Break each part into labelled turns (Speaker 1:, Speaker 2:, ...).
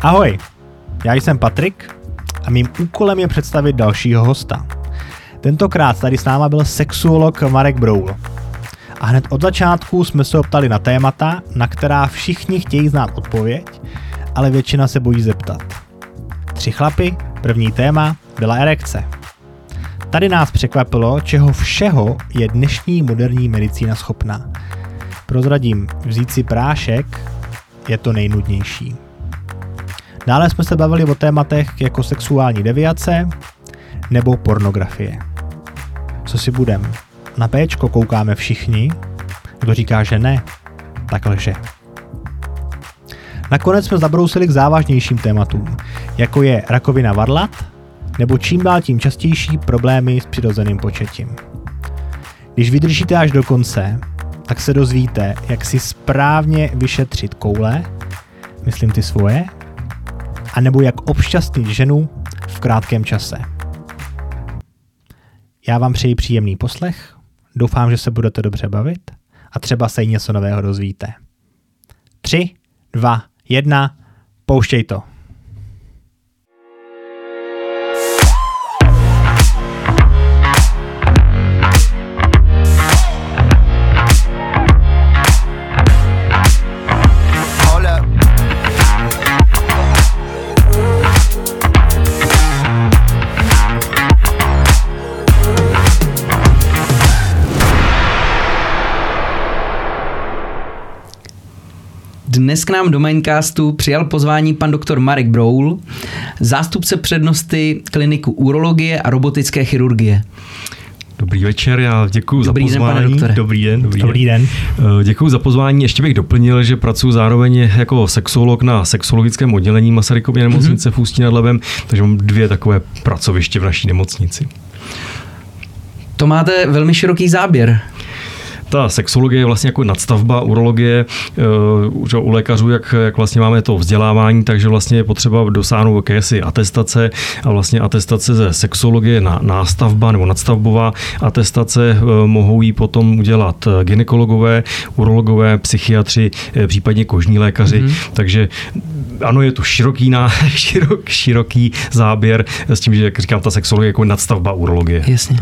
Speaker 1: Ahoj, já jsem Patrik a mým úkolem je představit dalšího hosta. Tentokrát tady s náma byl sexuolog Marek Broul. A hned od začátku jsme se optali na témata, na která všichni chtějí znát odpověď, ale většina se bojí zeptat. 3 chlapy, první téma byla erekce. Tady nás překvapilo, čeho všeho je dnešní moderní medicína schopná. Prozradím, vzít si prášek je to nejnudnější. Dále jsme se bavili o tématech jako sexuální deviace nebo pornografie. Co si budem? Na péčko koukáme všichni, kdo říká, že ne, tak lže. Nakonec jsme zabrousili k závažnějším tématům, jako je rakovina varlat nebo čím dál tím častější problémy s přirozeným početím. Když vydržíte až do konce, tak se dozvíte, jak si správně vyšetřit koule, myslím ty svoje, anebo jak obšťastnit ženu v krátkém čase. Já vám přeji příjemný poslech, doufám, že se budete dobře bavit a třeba se i něco nového dozvíte. 3, 2, 1, pouštěj to.
Speaker 2: Dnes k nám do Mindcastu přijal pozvání pan doktor Marek Broul, zástupce přednosty kliniku urologie a robotické chirurgie.
Speaker 3: Dobrý večer, já děkuji za pozvání.
Speaker 2: Dobrý den, pane doktore.
Speaker 3: Dobrý den. Děkuji za pozvání. Ještě bych doplnil, že pracuji zároveň jako sexuolog na sexologickém oddělení Masarykovy nemocnice v Ústí nad Labem, takže mám 2 takové pracoviště v naší nemocnici.
Speaker 2: To máte velmi široký záběr.
Speaker 3: Ta sexologie je vlastně jako nadstavba urologie u lékařů, jak vlastně máme to vzdělávání, takže vlastně je potřeba dosáhnout jakési atestace a vlastně atestace ze sexologie na nástavba nebo nadstavbová atestace mohou jí potom udělat gynekologové, urologové, psychiatři, případně kožní lékaři, takže ano, je to široký záběr s tím, že, jak říkám, ta sexologie je jako nadstavba urologie.
Speaker 2: Jasně.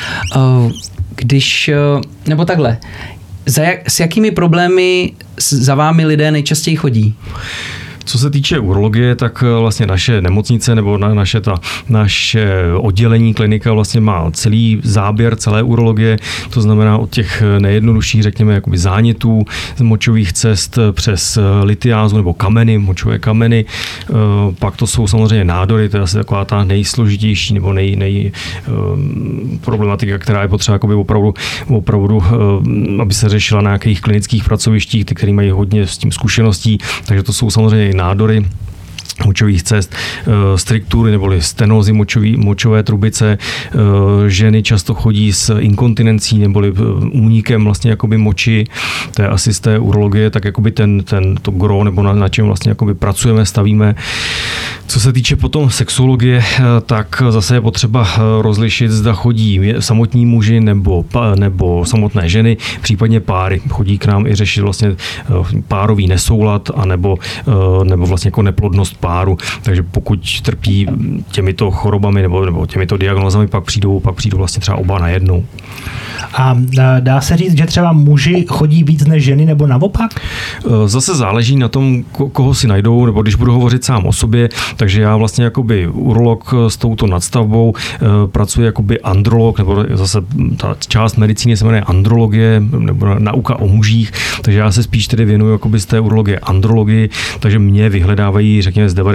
Speaker 2: Nebo takhle, s jakými problémy za vámi lidé nejčastěji chodí?
Speaker 3: Co se týče urologie, tak vlastně naše nemocnice nebo naše oddělení klinika vlastně má celý záběr celé urologie, to znamená od těch nejjednodušších, řekněme, jakoby zánětů z močových cest přes litiázu nebo kameny, močové kameny. Pak to jsou samozřejmě nádory, to je asi taková ta nejsložitější nebo problematika, která je potřeba jakoby opravdu, aby se řešila na nějakých klinických pracovištích, ty, který mají hodně s tím zkušeností, takže to jsou samozřejmě nádory močových cest, striktury neboli stenózy močové trubice. Ženy často chodí s inkontinencí neboli únikem vlastně jakoby moči. To je asi z té urologie tak jakoby to gro nebo na čem vlastně jakoby pracujeme, stavíme. Co se týče potom sexuologie, tak zase je potřeba rozlišit, zda chodí samotní muži nebo samotné ženy, případně páry. Chodí k nám i řešit vlastně párový nesoulad anebo vlastně jako neplodnost páru. Takže pokud trpí těmito chorobami nebo těmito diagnózami, pak přijdou vlastně třeba oba najednou.
Speaker 1: A dá se říct, že třeba muži chodí víc než ženy nebo naopak?
Speaker 3: Zase záleží na tom, koho si najdou, nebo když budu hovořit sám o sobě, takže já vlastně jakoby urolog s touto nadstavbou pracuji jakoby androlog, nebo zase ta část medicíny se jmenuje andrologie, nebo nauka o mužích, takže já se spíš tedy věnuju jakoby z té urologie andrologii, takže mě vyhledávají, řekněme, z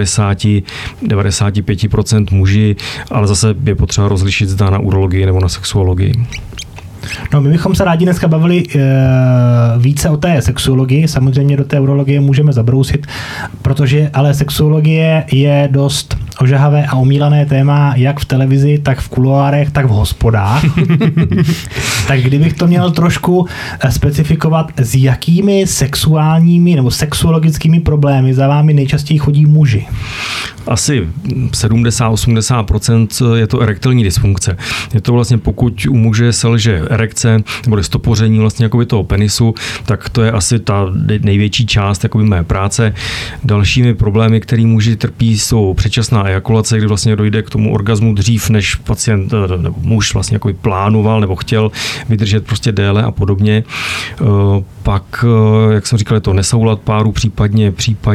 Speaker 3: 95% muži, ale zase je potřeba rozlišit, zda na urologii nebo na sexuologii.
Speaker 1: No, my bychom se rádi dneska bavili více o té sexuologii, samozřejmě do té urologie můžeme zabrousit, protože ale sexuologie je dost ožahavé a omílané téma jak v televizi, tak v kuloárech, tak v hospodách. Tak kdybych to měl trošku specifikovat, s jakými sexuálními nebo sexuologickými problémy za vámi nejčastěji chodí muži?
Speaker 3: Asi 70-80% je to erektilní dysfunkce. Je to vlastně, pokud u muže selže erekce nebo stopoření vlastně jakoby toho penisu, tak to je asi ta největší část jakoby mé práce. Dalšími problémy, které muži trpí, jsou předčasná ejakulace, kdy vlastně dojde k tomu orgazmu dřív, než pacient nebo muž vlastně jakoby plánoval nebo chtěl vydržet prostě déle a podobně. Pak, jak jsem říkal, je to nesoulad páru, případně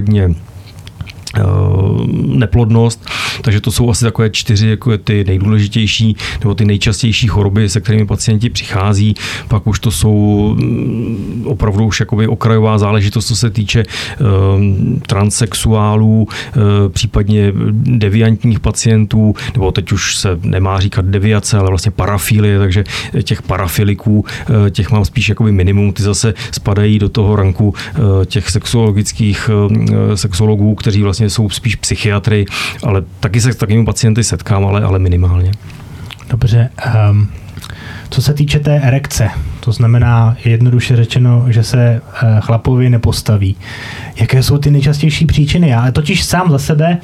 Speaker 3: neplodnost, takže to jsou asi takové 4 jako ty nejdůležitější nebo ty nejčastější choroby, se kterými pacienti přichází. Pak už to jsou opravdu už jakoby okrajová záležitost, co se týče transsexuálů, případně deviantních pacientů, nebo teď už se nemá říkat deviace, ale vlastně parafilie, takže těch parafiliků, těch mám spíš jakoby minimum, ty zase spadají do toho ranku těch sexuologických sexologů, kteří vlastně jsou spíš psychiatry, ale taky se s takovými pacienty setkám, ale minimálně.
Speaker 1: Dobře. Co se týče té erekce, to znamená jednoduše řečeno, že se chlapovi nepostaví. Jaké jsou ty nejčastější příčiny? Já totiž sám za sebe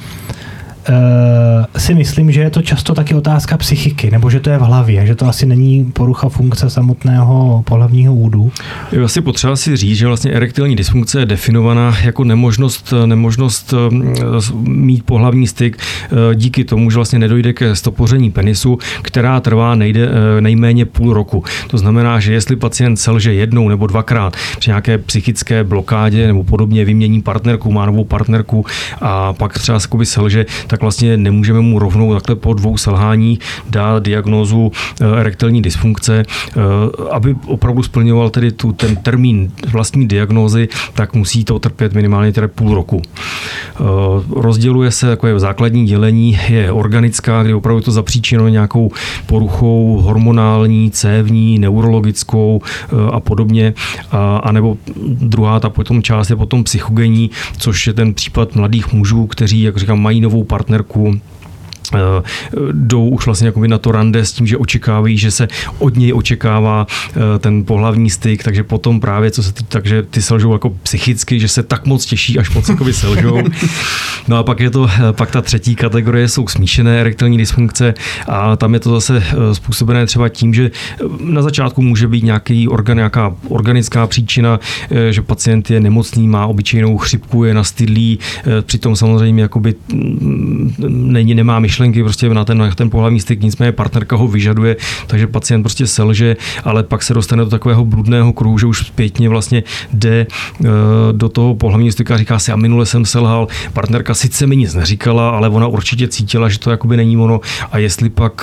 Speaker 1: si myslím, že je to často taky otázka psychiky, nebo že to je v hlavě, že to asi není porucha funkce samotného pohlavního údu.
Speaker 3: Je asi potřeba si říct, že vlastně erektilní dysfunkce je definovaná jako nemožnost mít pohlavní styk díky tomu, že vlastně nedojde ke stopoření penisu, která trvá nejméně půl roku. To znamená, že jestli pacient selže jednou nebo dvakrát při nějaké psychické blokádě nebo podobně vymění partnerku, má novou partnerku a pak třeba selže, tak vlastně nemůžeme mu rovnou takhle po 2 selháních dát diagnózu erektilní dysfunkce. Aby opravdu splňoval tedy ten termín vlastní diagnózy, tak musí to trpět minimálně tedy půl roku. Rozděluje se, takové základní dělení je organická, kdy opravdu to zapříčinilo nějakou poruchou hormonální, cévní, neurologickou a podobně. A nebo druhá ta potom část je potom psychogenní, což je ten případ mladých mužů, kteří, jak říkám, mají novou partnerku, jdou už vlastně jakoby na to rande s tím, že očekávají, že se od něj očekává ten pohlavní styk, takže potom právě co se takže ty selžou jako psychicky, že se tak moc těší, až moc jakoby selžou. No a pak ta třetí kategorie jsou smíšené erektilní dysfunkce a tam je to zase způsobené třeba tím, že na začátku může být nějaká organická příčina, že pacient je nemocný, má obyčejnou chřipku, je nastydlý, přitom samozřejmě jakoby nemá myšlenky prostě na ten pohlavní styk, nicméně partnerka ho vyžaduje, takže pacient prostě selže, ale pak se dostane do takového bludného kruhu, že už zpětně vlastně jde do toho pohlavního styku a říká si, a minule jsem selhal, partnerka sice mi nic neříkala, ale ona určitě cítila, že to jakoby není ono a jestli pak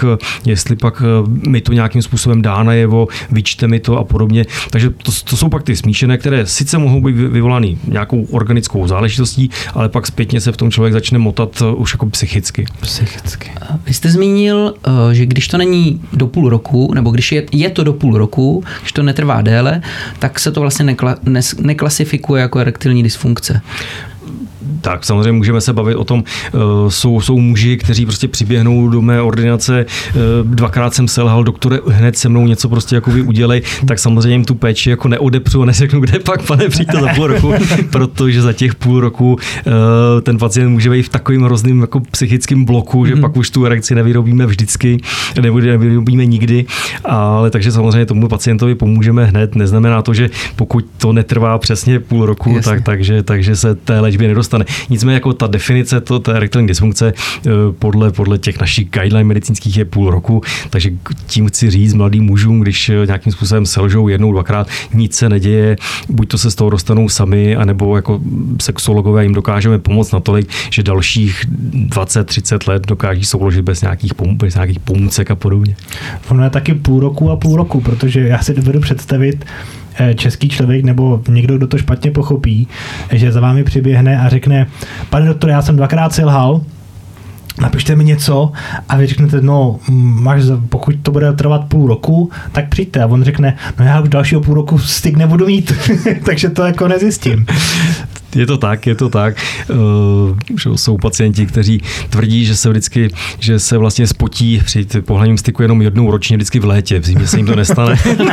Speaker 3: mi to nějakým způsobem dá najevo, vyčte mi to a podobně. Takže to jsou pak ty smíšené, které sice mohou být vyvolány nějakou organickou záležitostí, ale pak zpětně se v tom člověk začne motat už jako psychicky.
Speaker 2: Vy jste zmínil, že když to není do půl roku, nebo když je to do půl roku, když to netrvá déle, tak se to vlastně neklasifikuje jako erektilní dysfunkce.
Speaker 3: Tak samozřejmě můžeme se bavit o tom, jsou muži, kteří prostě přiběhnou do mé ordinace, 2krát jsem selhal, doktore, hned se mnou něco prostě jakoby udělej, tak samozřejmě jim tu péči jako neodepřu a neřeknu, kde pak, pane, přijďte za půl roku, protože za těch půl roku ten pacient může být v takovým hrozným jako psychickým bloku, že pak už tu erekci nevyrobíme vždycky, nevyrobíme nikdy, ale takže samozřejmě tomu pacientovi pomůžeme hned, neznamená to, že pokud to netrvá přesně půl roku, takže se té léčbě nedostane. Nicméně jako ta definice té erektilní dysfunkce podle těch našich guideline medicínských je půl roku, takže tím chci říct mladým mužům, když nějakým způsobem selžou jednou, dvakrát, nic se neděje, buď to se z toho dostanou sami, anebo jako sexologové jim dokážeme pomoct natolik, že dalších 20-30 let dokáží souložit bez nějakých pomůcek a podobně.
Speaker 1: Ono je taky půl roku, protože já si dovedu představit, český člověk nebo někdo, kdo to špatně pochopí, že za vámi přiběhne a řekne, pane doktore, já jsem 2krát selhal, napište mi něco a vy řeknete, pokud to bude trvat půl roku, tak přijďte. A on řekne, já už dalšího půl roku styk nebudu mít, takže to jako nezjistím.
Speaker 3: Je to tak. Jsou pacienti, kteří tvrdí, že se vlastně spotí při pohlavním styku jenom jednou ročně, vždycky v létě. V zimě se jim to nestane.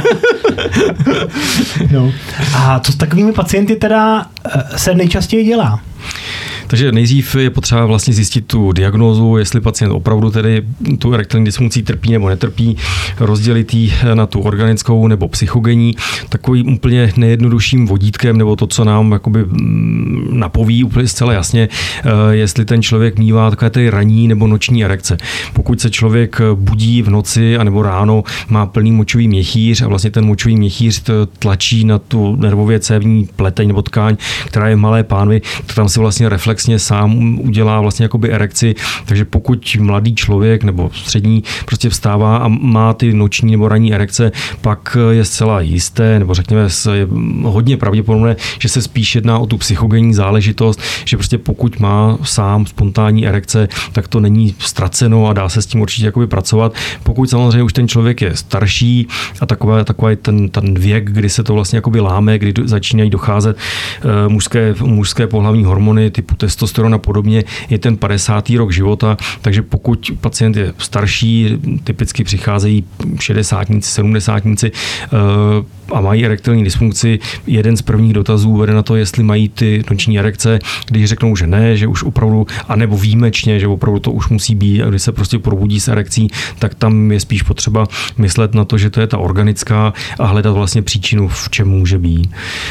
Speaker 1: No. A co s takovými pacienty teda se nejčastěji dělá?
Speaker 3: Takže nejdřív je potřeba vlastně zjistit tu diagnózu, jestli pacient opravdu tedy tu erektilní dysfunkcí trpí nebo netrpí, rozdělit ji na tu organickou nebo psychogenní. Takovým úplně nejjednodušším vodítkem, nebo to, co nám jakoby napoví úplně zcela jasně, jestli ten člověk mívá takové ty ranní nebo noční erekce. Pokud se člověk budí v noci anebo ráno, má plný močový měchýř a vlastně ten močový měchýř tlačí na tu nervově cévní pleteň nebo tkáň, která je v malé pánvi, tak tam se vlastně reflexně sám udělá vlastně jakoby erekci, takže pokud mladý člověk nebo střední prostě vstává a má ty noční nebo ranní erekce, pak je zcela jisté, nebo řekněme je hodně pravděpodobné, že se spíš jedná o tu psychogenní záležitost, že prostě pokud má sám spontánní erekce, tak to není ztraceno a dá se s tím určitě jakoby pracovat. Pokud samozřejmě už ten člověk je starší a takový ten věk, kdy se to vlastně jakoby láme, kdy začínají docházet mužské pohlavní hormony typu testosteron a podobně, je ten 50. rok života, takže pokud pacient je starší, typicky přicházejí 60-tníci, 70-tníci a mají erektilní dysfunkci, jeden z prvních dotazů vede na to, jestli mají ty noční erekce, když řeknou, že ne, že už opravdu, anebo výjimečně, že opravdu to už musí být, a když se prostě probudí s erekcí, tak tam je spíš potřeba myslet na to, že to je ta organická a hledat vlastně příčinu, v čem může být.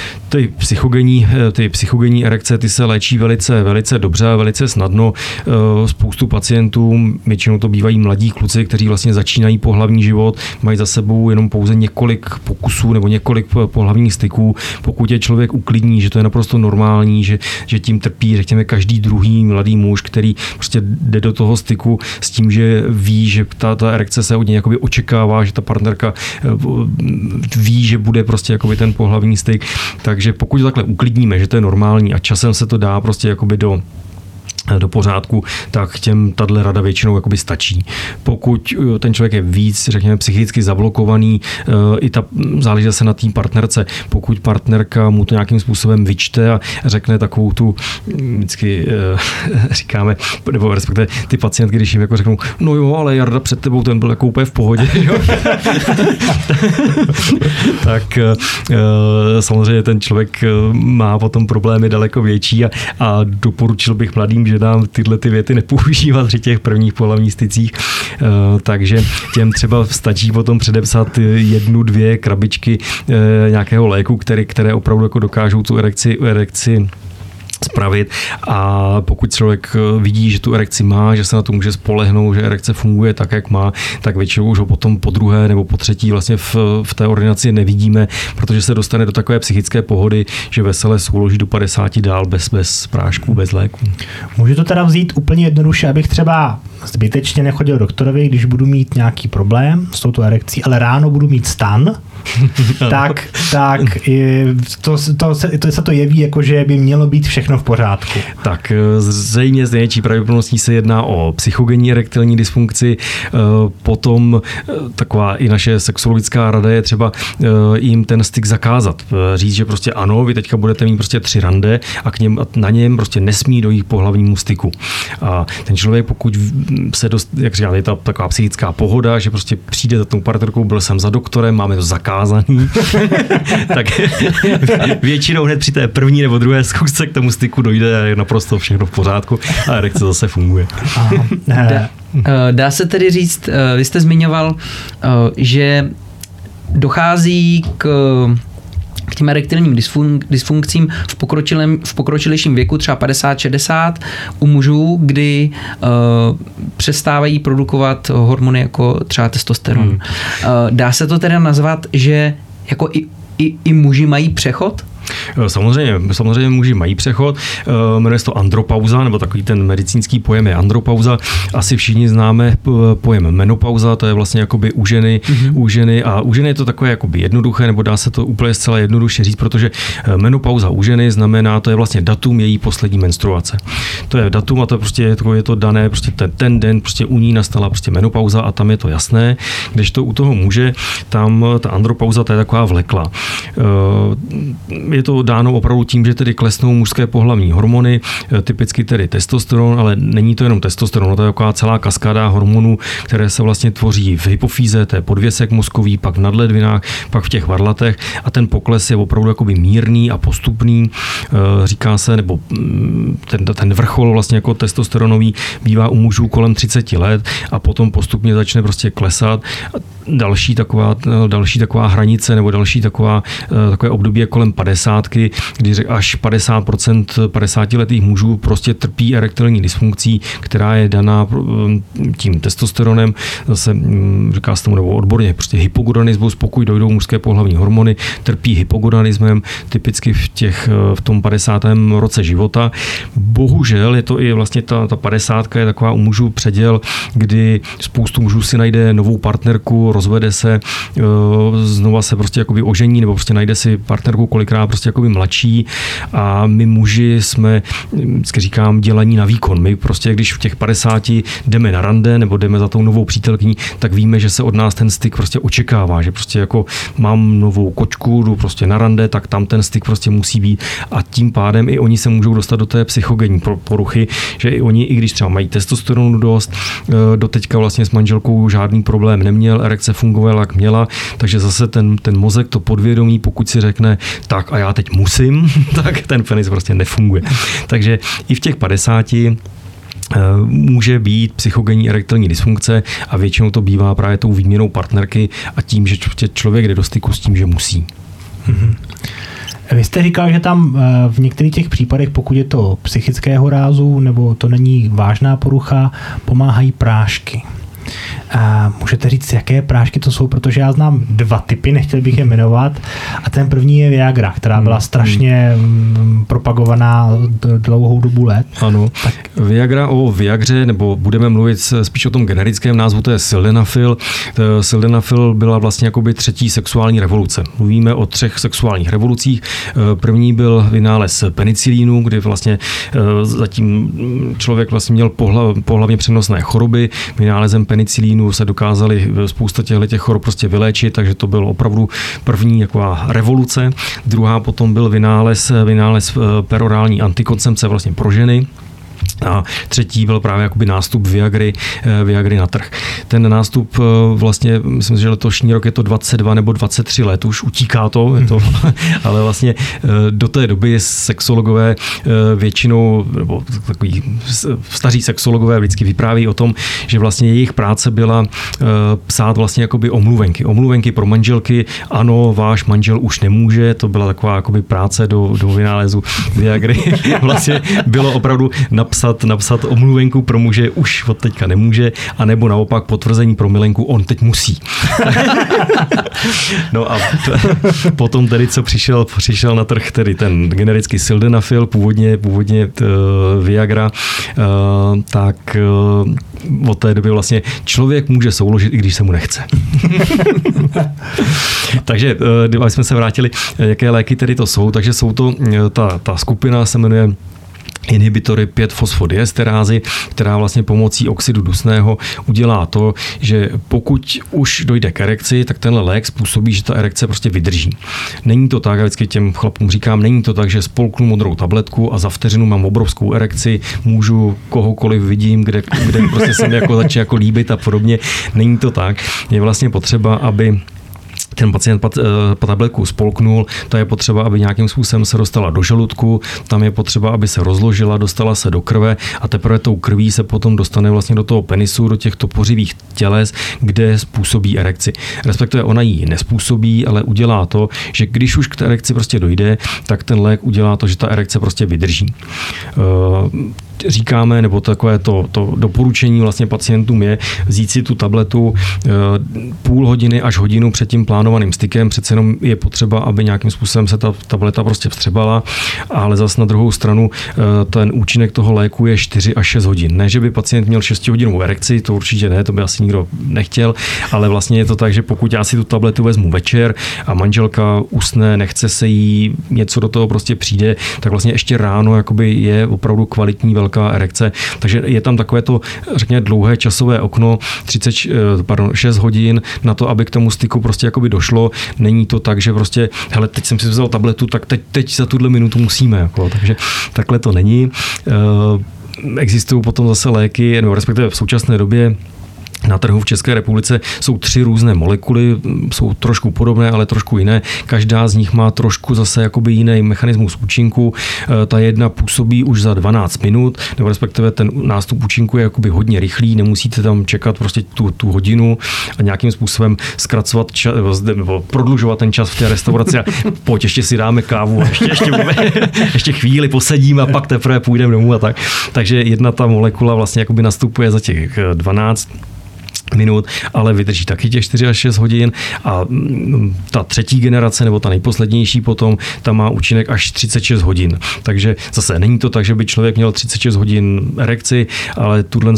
Speaker 3: Ty psychogenní erekce, ty se léčí velice dobře, velice snadno. Spoustu pacientů, většinou to bývají mladí kluci, kteří vlastně začínají pohlavní život, mají za sebou jenom pouze několik pokusů nebo několik pohlavních styků. Pokud je člověk uklidní, že to je naprosto normální, že tím trpí, řekněme, každý druhý mladý muž, který prostě jde do toho styku s tím, že ví, že ta erekce se od něj jakoby očekává, že ta partnerka ví, že bude prostě jakoby ten pohlavní styk. Takže pokud to takhle uklidníme, že to je normální a časem se to dá prostě jakoby do pořádku, tak těm tato rada většinou jakoby stačí. Pokud ten člověk je víc, řekněme, psychicky zablokovaný, i ta záleží se na té partnerce. Pokud partnerka mu to nějakým způsobem vyčte a řekne takovou tu, vždycky říkáme, nebo respektive ty pacientky, když jim jako řeknou, no jo, ale Jarda před tebou, ten byl jako úplně v pohodě, jo? Tak samozřejmě ten člověk má potom problémy daleko větší a doporučil bych mladým ženám tyhle ty věty nepoužívat při těch prvních pohlavních stycích, takže těm třeba stačí potom předepsat 1-2 krabičky nějakého léku, které opravdu jako dokážou tu erekci spravit, a pokud člověk vidí, že tu erekci má, že se na to může spolehnout, že erekce funguje tak, jak má, tak většinou už ho potom po druhé nebo po třetí vlastně v té ordinaci nevidíme, protože se dostane do takové psychické pohody, že vesele souloží do 50 dál bez prášků, bez léků.
Speaker 1: Můžu to teda vzít úplně jednoduše, abych třeba zbytečně nechodil doktorovi, když budu mít nějaký problém s touto erekcí, ale ráno budu mít stan, tak se to jeví jako, že by mělo být všechno v pořádku.
Speaker 3: Tak zřejmě z největší pravděpodobností se jedná o psychogenní erektilní dysfunkci. Potom taková i naše sexologická rada je třeba jim ten styk zakázat. Říct, že prostě ano, vy teďka budete mít prostě 3 rande a na něm prostě nesmí dojít k pohlavnímu styku. A ten člověk, pokud se jak říkám, je ta taková psychická pohoda, že prostě přijde za tou partnerkou, byl jsem za doktorem, máme to zakázaný, tak většinou hned při té první nebo druhé zkusce k tomu styku dojde a je naprosto všechno v pořádku a erekce zase funguje.
Speaker 2: Dá se tedy říct, vy jste zmiňoval, že dochází k těm erektilním dysfunkcím v pokročilejším věku, třeba 50-60 u mužů, kdy přestávají produkovat hormony jako třeba testosteron. Dá se to teda nazvat, že jako i muži mají přechod?
Speaker 3: Samozřejmě muži mají přechod, jmenuje se to andropauza, nebo takový ten medicínský pojem je andropauza. Asi všichni známe pojem menopauza, to je vlastně jakoby u ženy a u ženy je to takové jakoby jednoduché, nebo dá se to úplně zcela jednoduše říct, protože menopauza u ženy znamená, to je vlastně datum její poslední menstruace. To je datum a to prostě je to dané, prostě ten den prostě u ní nastala prostě menopauza a tam je to jasné, kdežto u toho muže tam ta andropauza, to je taková vleklá. je to dáno opravdu tím, že tedy klesnou mužské pohlavní hormony, typicky tedy testosteron, ale není to jenom testosteron, to je taková celá kaskáda hormonů, které se vlastně tvoří v hypofýze, to je podvěsek mozkový, pak v nadledvinách, pak v těch varlatech a ten pokles je opravdu jakoby mírný a postupný. Říká se, nebo ten vrchol vlastně jako testosteronový bývá u mužů kolem 30 let a potom postupně začne prostě klesat. Další taková hranice nebo další takové období je kolem 50, kdy až 50% 50letých mužů prostě trpí erektilní dysfunkcí, která je daná tím testosteronem, zase říká se tomu nebo odborně prostě hypogonadismus, pokud dojdou mužské pohlavní hormony, trpí hypogonadismem, typicky v tom 50. roce života. Bohužel je to i vlastně ta 50 je taková u mužů předěl, kdy spoustu mužů si najde novou partnerku, rozvede se, znova se prostě jakoby ožení, nebo prostě najde si partnerku kolikrát prostě jakoby mladší a my muži jsme, vždycky říkám, dělaní na výkon. My prostě, když v těch 50 jdeme na rande nebo jdeme za tou novou přítelkyní, tak víme, že se od nás ten styk prostě očekává, že prostě jako mám novou kočku, jdu prostě na rande, tak tam ten styk prostě musí být a tím pádem i oni se můžou dostat do té psychogenní poruchy, že i oni, i když třeba mají testosteronu dost, doteďka vlastně s manželkou žádný problém neměl, erekce fungovala, jak měla, takže zase ten mozek, to podvědomí, pokud si řekne, tak a já teď musím, tak ten penis prostě nefunguje. Takže i v těch 50 může být psychogenní erektilní dysfunkce a většinou to bývá právě tou výměnou partnerky a tím, že člověk jde do styku s tím, že musí.
Speaker 1: Mm-hmm. Vy jste říkal, že tam v některých těch případech, pokud je to psychického rázu nebo to není vážná porucha, pomáhají prášky. Můžete říct, jaké prášky to jsou, protože já znám 2 typy, nechtěl bych je jmenovat. A ten první je Viagra, která byla strašně propagovaná dlouhou dobu let.
Speaker 3: Ano, tak Viagra, o Viagře, nebo budeme mluvit spíš o tom generickém názvu, to je sildenafil. Sildenafil byla vlastně jakoby 3. sexuální revoluce. Mluvíme o 3 sexuálních revolucích. První byl vynález penicilínu, kdy vlastně zatím člověk vlastně měl pohlavně přenosné choroby. Vynálezem penicilínu se dokázali spousta těch chorob prostě vyléčit, takže to byl opravdu první taková revoluce. Druhá potom byl vynález perorální antikoncepce vlastně pro ženy. A třetí byl právě jakoby nástup Viagry na trh. Ten nástup vlastně, myslím, že letošní rok je to 22 nebo 23 let, už utíká to, ale vlastně do té doby sexologové většinou, nebo takový staří sexologové vždycky vypráví o tom, že vlastně jejich práce byla psát vlastně jakoby omluvenky pro manželky, ano, váš manžel už nemůže, to byla taková jakoby práce do vynálezu Viagry. Vlastně bylo opravdu napsat omluvenku pro muže, už od teďka nemůže, anebo naopak potvrzení pro milenku, on teď musí. No a potom tedy, co přišel na trh, tedy ten generický sildenafil, původně Viagra, tak od té doby vlastně člověk může souložit, i když se mu nechce. Takže, když jsme se vrátili, jaké léky tedy to jsou, takže jsou to, ta skupina se jmenuje inhibitory 5-fosfodieesterázy, která vlastně pomocí oxidu dusného udělá to, že pokud už dojde k erekci, tak tenhle lék způsobí, že ta erekce prostě vydrží. Není to tak, já vždycky těm chlapům říkám, není to tak, že spolknu modrou tabletku a za vteřinu mám obrovskou erekci, můžu kohokoliv vidím, kde prostě se mi jako začne jako líbit a podobně. Není to tak. Je vlastně potřeba, aby ten pacient tabletku spolknul, to je potřeba, aby nějakým způsobem se dostala do žaludku, tam je potřeba, aby se rozložila, dostala se do krve a teprve tou krví se potom dostane vlastně do toho penisu, do těch topořivých těles, kde způsobí erekci. Respektive ona ji nespůsobí, ale udělá to, že když už k té erekci prostě dojde, tak ten lék udělá to, že ta erekce prostě vydrží. Říkáme, nebo takové to doporučení vlastně pacientům je vzít si tu tabletu půl hodiny až hodinu před tím plánovaným stykem, přece jenom je potřeba, aby nějakým způsobem se ta tableta prostě vstřebala, ale zase na druhou stranu ten účinek toho léku je 4 až 6 hodin. Ne, že by pacient měl 6hodinovou erekci, to určitě ne, to by asi nikdo nechtěl, ale vlastně je to tak, že pokud já si tu tabletu vezmu večer a manželka usne, nechce se jí, něco do toho prostě přijde, tak vlastně ještě ráno jakoby je opravdu kvalitní velká velká erekce, takže je tam takové to, řekněme, dlouhé časové okno, 6 hodin na to, aby k tomu styku prostě jakoby došlo. Není to tak, že prostě, hele, teď jsem si vzal tabletu, tak teď za tuhle minutu musíme, jako, takže takhle to není. Existují potom zase léky, nebo respektive v současné době na trhu v České republice jsou 3 různé molekuly, jsou trošku podobné, ale trošku jiné. Každá z nich má trošku zase jakoby jiný mechanismus účinku. Ta jedna působí už za 12 minut, nebo respektive ten nástup účinku je jakoby hodně rychlý, nemusíte tam čekat prostě tu hodinu a nějakým způsobem zkracovat nebo prodlužovat ten čas v té restauraci a pojď, ještě si dáme kávu a ještě chvíli posedíme a pak teprve půjdeme domů a tak. Takže jedna ta molekula vlastně jakoby nastupuje za těch 12 minut, ale vydrží taky těch 4 až 6 hodin a ta třetí generace, nebo ta nejposlednější potom, ta má účinek až 36 hodin. Takže zase není to tak, že by člověk měl 36 hodin erekci, ale tuhle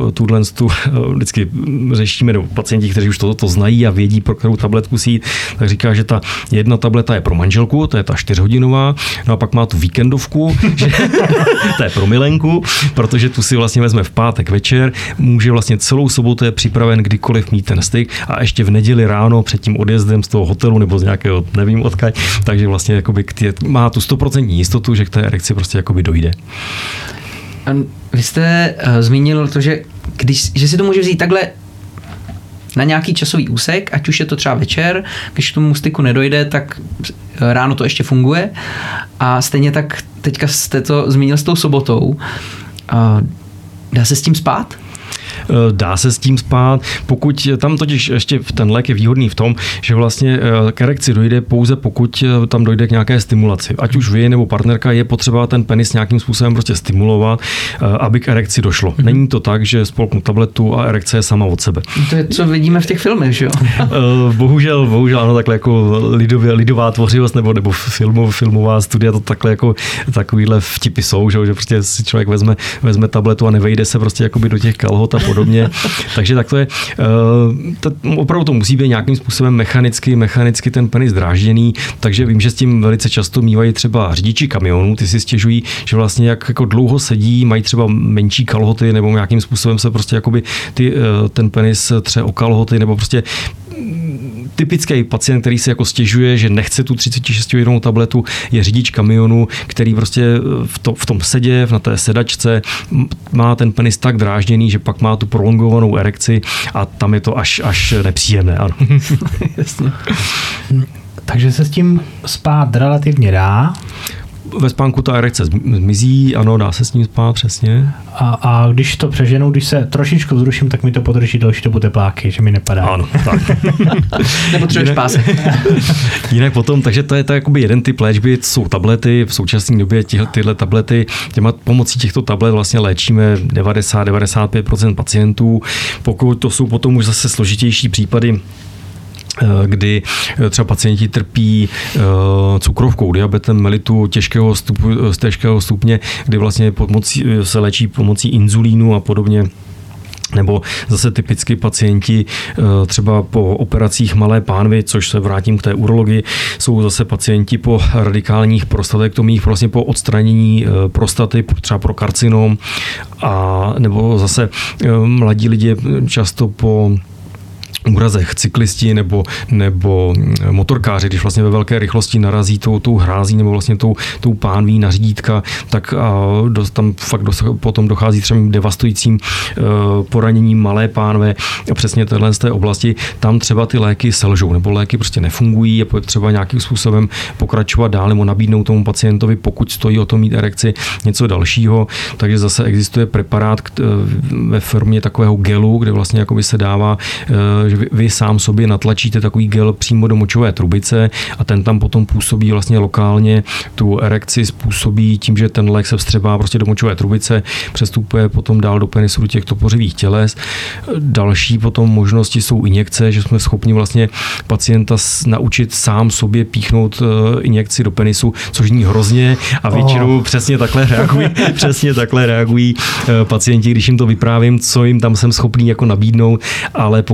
Speaker 3: vždycky řešíme, nebo pacienti, kteří už to znají a vědí, pro kterou tabletku si jít, tak říká, že ta jedna tableta je pro manželku, to je ta 4hodinová, no a pak má tu víkendovku, že to je pro milenku, protože tu si vlastně vezme v pátek večer, může vlastně celou sobotu je připraven kdykoliv mít ten styk a ještě v neděli ráno před tím odjezdem z toho hotelu nebo z nějakého, nevím odkud, takže vlastně jakoby má tu 100% jistotu, že k té erekci prostě jakoby dojde.
Speaker 2: Vy jste zmínil to, že si to může vzít takhle na nějaký časový úsek, ať už je to třeba večer, když k tomu styku nedojde, tak ráno to ještě funguje a stejně tak teďka jste to zmínil s tou sobotou. Dá se s tím spát?
Speaker 3: Dá se s tím spát, pokud tam totiž ještě ten lék je výhodný v tom, že vlastně k erekci dojde pouze pokud tam dojde k nějaké stimulaci. Ať už vy nebo partnerka, je potřeba ten penis nějakým způsobem prostě stimulovat, aby k erekci došlo. Není to tak, že spolknu tabletu a erekce je sama od sebe.
Speaker 2: To je, co vidíme v těch filmech, že jo?
Speaker 3: Bohužel ano, takhle jako lidová tvořivost nebo filmová studia, to takhle jako takovýhle vtipy jsou, že prostě si člověk vezme tabletu a nevejde se prostě jakoby do těch kalhot a podobně. Takže tak to je, opravdu to musí být nějakým způsobem mechanicky ten penis drážděný, takže vím, že s tím velice často mívají třeba řidiči kamionů, ty si stěžují, že vlastně jak jako dlouho sedí, mají třeba menší kalhoty nebo nějakým způsobem se prostě jakoby ten penis tře o kalhoty nebo prostě typický pacient, který si jako stěžuje, že nechce tu 36hodinovou tabletu, je řidič kamionu, který prostě v tom sedě, na té sedačce má ten penis tak drážděný, že pak má tu prolongovanou erekci a tam je to až nepříjemné. Ano.
Speaker 2: Jasně.
Speaker 1: Takže se s tím spát relativně dá.
Speaker 3: Ve spánku ta erekce zmizí, ano, dá se s ním spát, přesně.
Speaker 1: A když to přeženu, když se trošičku vzruším, tak mi to podrží další dobu tepláky, že mi nepadá.
Speaker 3: Ano, tak.
Speaker 2: Nepotřebuješ pásek.
Speaker 3: Jinak potom, takže to je jakoby jeden typ léčby, jsou tablety, v současné době tyhle tablety, pomocí těchto tablet vlastně léčíme 90-95% pacientů. Pokud to jsou potom už zase složitější případy, kdy třeba pacienti trpí cukrovkou, diabetem mellitu těžkého stupně, kdy vlastně se léčí pomocí inzulínu a podobně. Nebo zase typicky pacienti třeba po operacích malé pánvy, což se vrátím k té urologii, jsou zase pacienti po radikálních prostatektomích, vlastně po odstranění prostaty, třeba pro karcinom, a nebo zase mladí lidé často po úrazech, cyklisti nebo motorkáři, když vlastně ve velké rychlosti narazí tou hrází nebo vlastně tou pánví na řídítka, tak tam fakt potom dochází třeba devastujícím poraněním malé pánve a přesně z té oblasti, tam třeba ty léky selžou nebo léky prostě nefungují a třeba nějakým způsobem pokračovat dál nebo nabídnout tomu pacientovi, pokud stojí o to mít erekci, něco dalšího. Takže zase existuje preparát ve formě takového gelu, kde vlastně jakoby se dává, že vy sám sobě natlačíte takový gel přímo do močové trubice a ten tam potom působí vlastně lokálně, tu erekci způsobí tím, že ten lék se vstřebá prostě do močové trubice, přestupuje potom dál do penisu, do těch topořivých těles. Další potom možnosti jsou injekce, že jsme schopni vlastně pacienta naučit sám sobě píchnout injekci do penisu, což ní hrozně a většinou přesně takhle reagují pacienti, když jim to vyprávím, co jim tam jsem schopný jako nabídnout, ale pokud si vezme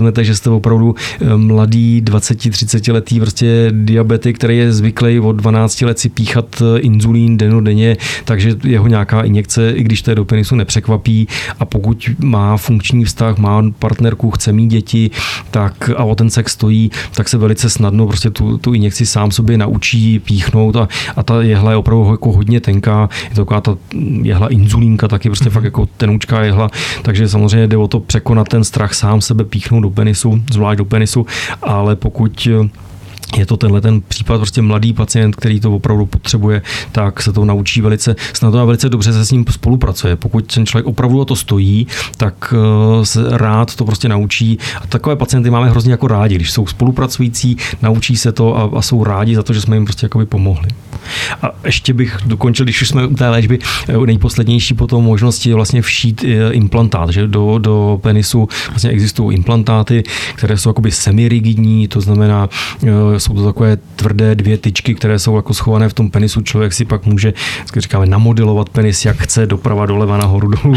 Speaker 3: vezmete, že jste opravdu mladý 20-30 letý prostě diabetik, který je zvyklý od 12 let si píchat inzulín dennodenně, takže jeho nějaká injekce, i když to je do penisu, nepřekvapí, a pokud má funkční vztah, má partnerku, chce mít děti, tak a o ten sex stojí, tak se velice snadno prostě tu injekci sám sobě naučí píchnout a ta jehla je opravdu jako hodně tenká, je to taková ta jehla inzulínka, taky prostě fakt jako tenoučká jehla, takže samozřejmě jde o to překonat ten strach sám sebe píchnout do penisu, zvlášť do penisu, ale pokud je to tenhle ten případ, prostě mladý pacient, který to opravdu potřebuje, tak se to naučí velice snadno a velice dobře se s ním spolupracuje. Pokud ten člověk opravdu o to stojí, tak se rád to prostě naučí. A takové pacienty máme hrozně jako rádi, když jsou spolupracující, naučí se to a jsou rádi za to, že jsme jim prostě jakoby pomohli. A ještě bych dokončil, když už jsme u té léčby, nejposlednější potom možnosti vlastně všít implantát, že do penisu vlastně existují implantáty, které jsou jakoby semirigidní, to znamená, jsou to takové tvrdé 2 tyčky, které jsou jako schované v tom penisu. Člověk si pak může, říkáme, namodelovat penis, jak chce, doprava, doleva, nahoru, dolů,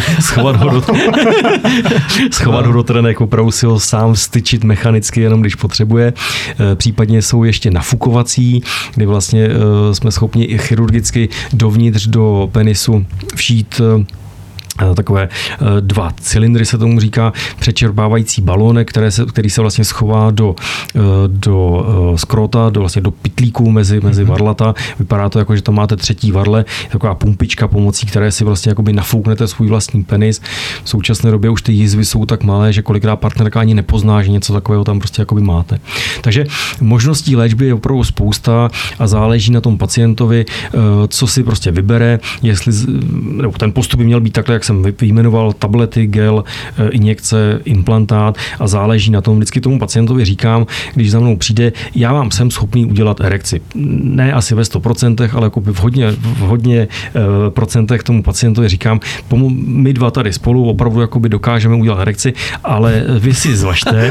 Speaker 3: schovat ho do trenek, opravdu si ho sám styčit mechanicky, jenom když potřebuje. Případně jsou ještě nafukovací, kdy vlastně jsme schopni i chirurgicky dovnitř do penisu všít takové 2 cylindry, se tomu říká, přečerpávající balónek, který se vlastně schová do skrota, do pytlíků mezi varlata. Vypadá to jako, že tam máte 3. varle, taková pumpička, pomocí které si vlastně jakoby nafouknete svůj vlastní penis. V současné době už ty jizvy jsou tak malé, že kolikrát partnerka ani nepozná, že něco takového tam prostě jakoby máte. Takže možností léčby je opravdu spousta a záleží na tom pacientovi, co si prostě vybere, jestli ten postup by měl být takhle, jak jsem vyjmenoval, tablety, gel, injekce, implantát, a záleží na tom. Vždycky tomu pacientovi říkám, když za mnou přijde, já vám jsem schopný udělat erekci. Ne asi ve 100%, ale jako v hodně procentech tomu pacientovi říkám, my dva tady spolu opravdu jakoby dokážeme udělat erekci, ale vy si zvažte.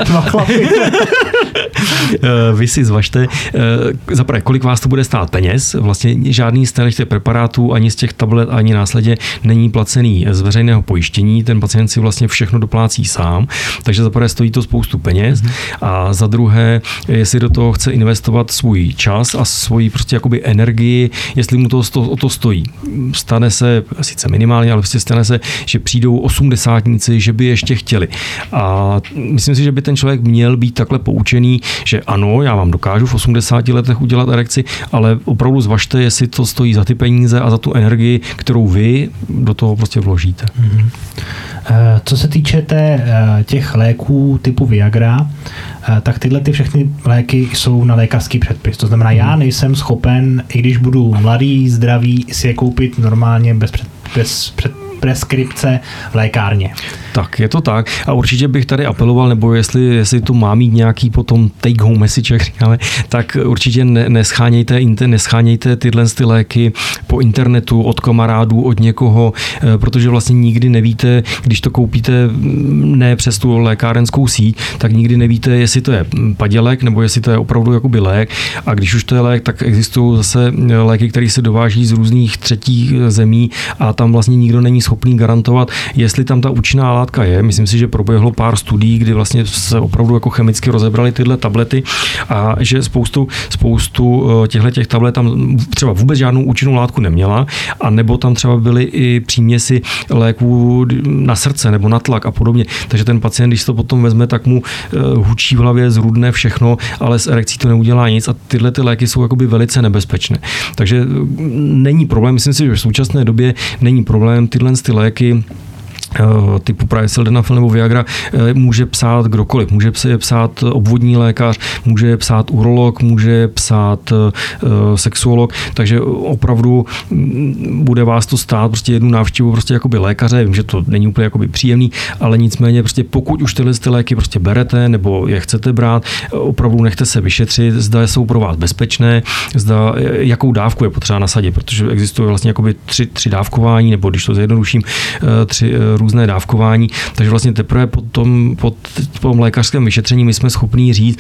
Speaker 3: Vy si zvažte, zaprvé, kolik vás to bude stát peněz. Vlastně žádný z těch preparátů, ani z těch tablet, ani následně není placený z veřejného pojištění. Ten pacient si vlastně všechno doplácí sám, takže zaprvé stojí to spoustu peněz. A za druhé, jestli do toho chce investovat svůj čas a svoji prostě jakoby energii, jestli mu to o to stojí. Stane se, sice minimálně, ale prostě stane se, že přijdou 80-tníci, že by ještě chtěli. A myslím si, že by ten člověk měl být takhle poučený, že ano, já vám dokážu v 80 letech udělat erekci, ale opravdu zvažte, jestli to stojí za ty peníze a za tu energii, kterou vy do toho prostě vložíte.
Speaker 1: Co se týče těch léků typu Viagra, tak tyhle ty všechny léky jsou na lékařský předpis. To znamená, já nejsem schopen, i když budu mladý, zdravý, si je koupit normálně bez preskripce v lékárně.
Speaker 3: Tak, je to tak. A určitě bych tady apeloval, nebo jestli to má mít nějaký potom take home message, jak říkáme, tak určitě neschánějte tyhle léky po internetu, od kamarádů, od někoho, protože vlastně nikdy nevíte, když to koupíte ne přes tu lékárenskou síť, tak nikdy nevíte, jestli to je padělek, nebo jestli to je opravdu jakoby lék. A když už to je lék, tak existují zase léky, které se dováží z různých třetích zemí a tam vlastně nikdo není schopný garantovat, jestli tam ta účinná látka je. Myslím si, že proběhlo pár studií, kdy vlastně se opravdu jako chemicky rozebrali tyhle tablety a že spoustu těch tablet tam třeba vůbec žádnou účinnou látku neměla, a nebo tam třeba byly i příměsi léků na srdce nebo na tlak a podobně. Takže ten pacient, když to potom vezme, tak mu hučí v hlavě, zrudne všechno, ale s erekcí to neudělá nic a tyhle ty léky jsou jakoby velice nebezpečné. Takže není problém, myslím si, že v současné době není problém tyhle ty léky typu právě sildenafil nebo Viagra může psát kdokoliv. Může psát obvodní lékař, může psát urolog, může psát sexuolog, takže opravdu bude vás to stát prostě jednu návštěvu prostě jakoby lékaře. Vím, že to není úplně jakoby příjemný, ale nicméně prostě pokud už tyhle léky prostě berete nebo je chcete brát, opravdu nechte se vyšetřit, zda jsou pro vás bezpečné, zda jakou dávku je potřeba nasadit, protože existuje vlastně jakoby tři dávkování, nebo když to zjednoduším, 3 různé dávkování, takže vlastně teprve po tom lékařském vyšetření my jsme schopní říct,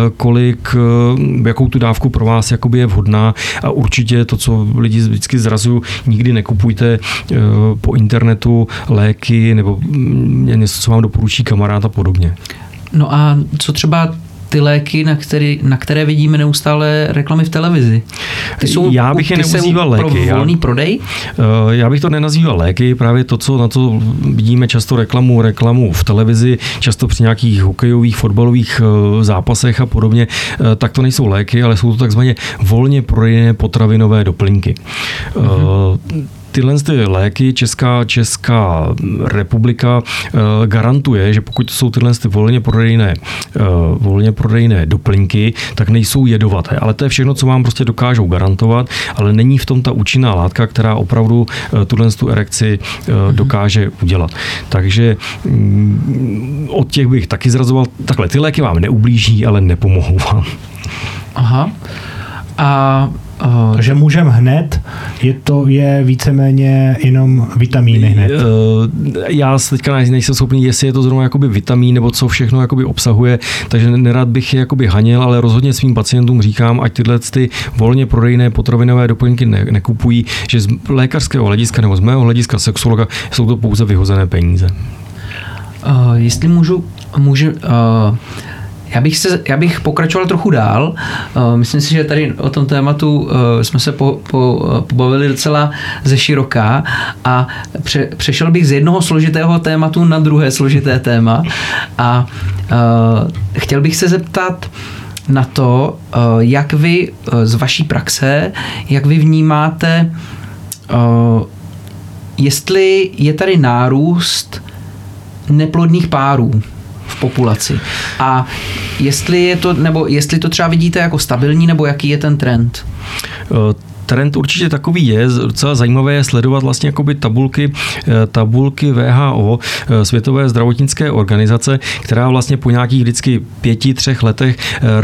Speaker 3: jakou tu dávku pro vás jakoby je vhodná, a určitě to, co lidi vždycky zrazují, nikdy nekupujte po internetu léky nebo něco, co vám doporučí kamarád a podobně.
Speaker 2: No a co třeba ty léky, na které vidíme neustále reklamy v televizi?
Speaker 3: Já bych je neuzýval léky.
Speaker 2: Pro volný prodej?
Speaker 3: Já bych to nenazýval léky, právě to, na co vidíme často reklamu v televizi, často při nějakých hokejových, fotbalových zápasech a podobně, tak to nejsou léky, ale jsou to takzvaně volně prodejné potravinové doplňky. Tyhle léky Česká republika garantuje, že pokud jsou tyhle volně prodejné doplňky, tak nejsou jedovaté. Ale to je všechno, co vám prostě dokážou garantovat, ale není v tom ta účinná látka, která opravdu tuhle erekci dokáže udělat. Takže od těch bych taky zrazoval. Takhle, ty léky vám neublíží, ale nepomohou vám.
Speaker 2: Aha.
Speaker 1: Takže můžeme hned, je víceméně jenom vitamíny hned.
Speaker 3: Já teďka nejsem schopný, jestli je to zrovna jakoby vitamín, nebo co všechno jakoby obsahuje, takže nerad bych je jakoby hanil, ale rozhodně svým pacientům říkám, ať tyhle ty volně prodejné potravinové doplňky nekupují, že z lékařského hlediska nebo z mého hlediska sexuologa jsou to pouze vyhozené peníze.
Speaker 2: Jestli můžu Já bych pokračoval trochu dál. Myslím si, že tady o tom tématu jsme se pobavili docela ze široká a přešel bych z jednoho složitého tématu na druhé složité téma a chtěl bych se zeptat na to, jak vy z vaší praxe, jak vy vnímáte, jestli je tady nárůst neplodných párů v populaci. A jestli to třeba vidíte jako stabilní, nebo jaký je ten trend?
Speaker 3: Trend určitě takový je, docela zajímavé je sledovat vlastně jakoby tabulky WHO, Světové zdravotnické organizace, která vlastně po nějakých vždycky 5-3 letech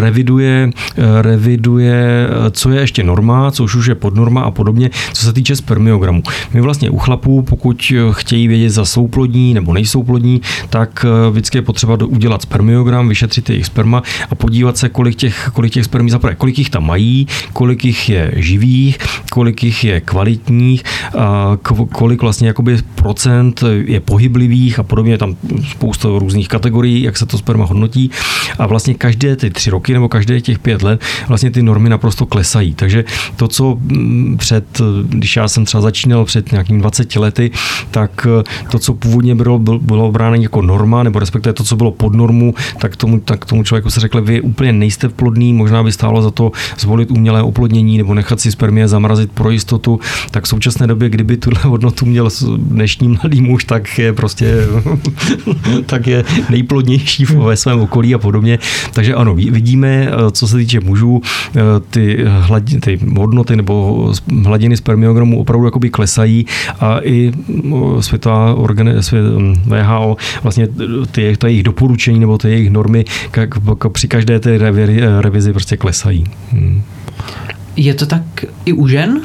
Speaker 3: reviduje, co je ještě norma, co už je podnorma a podobně, co se týče spermiogramu. My vlastně u chlapů, pokud chtějí vědět, zda jsou plodní nebo nejsou plodní, tak vždycky je potřeba udělat spermiogram, vyšetřit jejich sperma a podívat se, kolik těch spermí zaprvé, kolik jich tam mají, kolik jich je živých, kolik jich je kvalitních, kolik vlastně jakoby procent je pohyblivých a podobně, tam spousta různých kategorií, jak se to sperma hodnotí a vlastně každé ty 3 roky nebo každé těch 5 let vlastně ty normy naprosto klesají. Takže to, co když já jsem třeba začínal před nějakým 20 lety, tak to, co původně bylo bráno jako norma, nebo respektive to, co bylo pod normu, tak tomu člověku se řekl, vy úplně nejste plodný, možná by stálo za to zvolit umělé oplodnění nebo nechat si spermie zamrazit pro jistotu, tak v současné době, kdyby tuhle hodnotu měl dnešní mladý muž, tak je prostě tak je nejplodnější ve svém okolí a podobně. Takže ano, vidíme, co se týče mužů, ty hodnoty nebo hladiny spermiogramu opravdu jakoby klesají a i Světová WHO vlastně ty jejich doporučení nebo ty jejich normy při každé té revizi prostě klesají.
Speaker 2: Je to tak i u žen?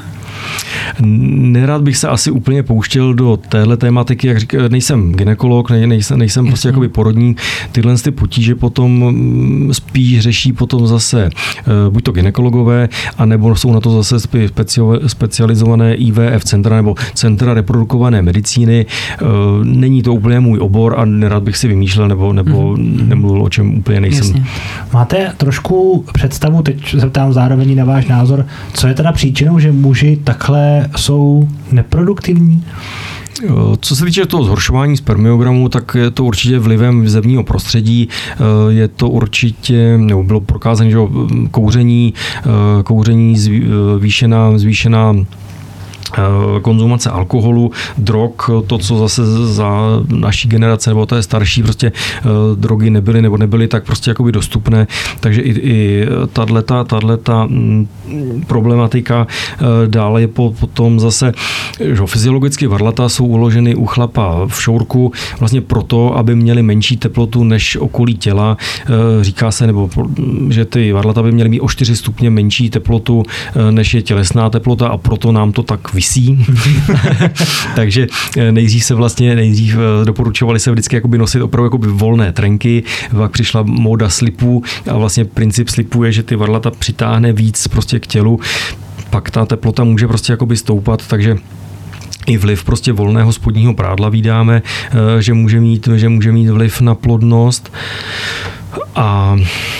Speaker 3: Nerad bych se asi úplně pouštěl do téhle tématiky, jak říkám, nejsem gynekolog, nejsem prostě jakoby porodník. Tyhle ty potíže potom spíš řeší potom zase buď to gynekologové, anebo jsou na to zase specializované IVF centra nebo centra reprodukované medicíny. Není to úplně můj obor a nerad bych si vymýšlel nebo nemluvil, o čem úplně nejsem.
Speaker 2: Jasně.
Speaker 1: Máte trošku představu, teď se ptám zároveň na váš názor, co je teda příčinou, že muži takhle jsou neproduktivní?
Speaker 3: Co se týče toho zhoršování spermiogramu, tak je to určitě vlivem zemního prostředí, je to určitě, nebo bylo prokázané, že kouření zvýšená konzumace alkoholu, drog, to, co zase za naší generace nebo té starší prostě drogy nebyly tak prostě jakoby dostupné, takže i tato problematika dále je potom zase, že fyziologicky varlata jsou uloženy u chlapa v šourku vlastně proto, aby měly menší teplotu než okolí těla. Říká se, nebo že ty varlata by měly mít o 4 stupně menší teplotu než je tělesná teplota a proto nám to tak visí. Takže nejdřív doporučovali se vždycky jakoby nosit opravdu jakoby volné trenky, pak přišla móda slipů a vlastně princip slipů je, že ty varlata přitáhne víc prostě k tělu, pak ta teplota může prostě jakoby stoupat, takže i vliv prostě volného spodního prádla vídáme, že může mít vliv na plodnost. A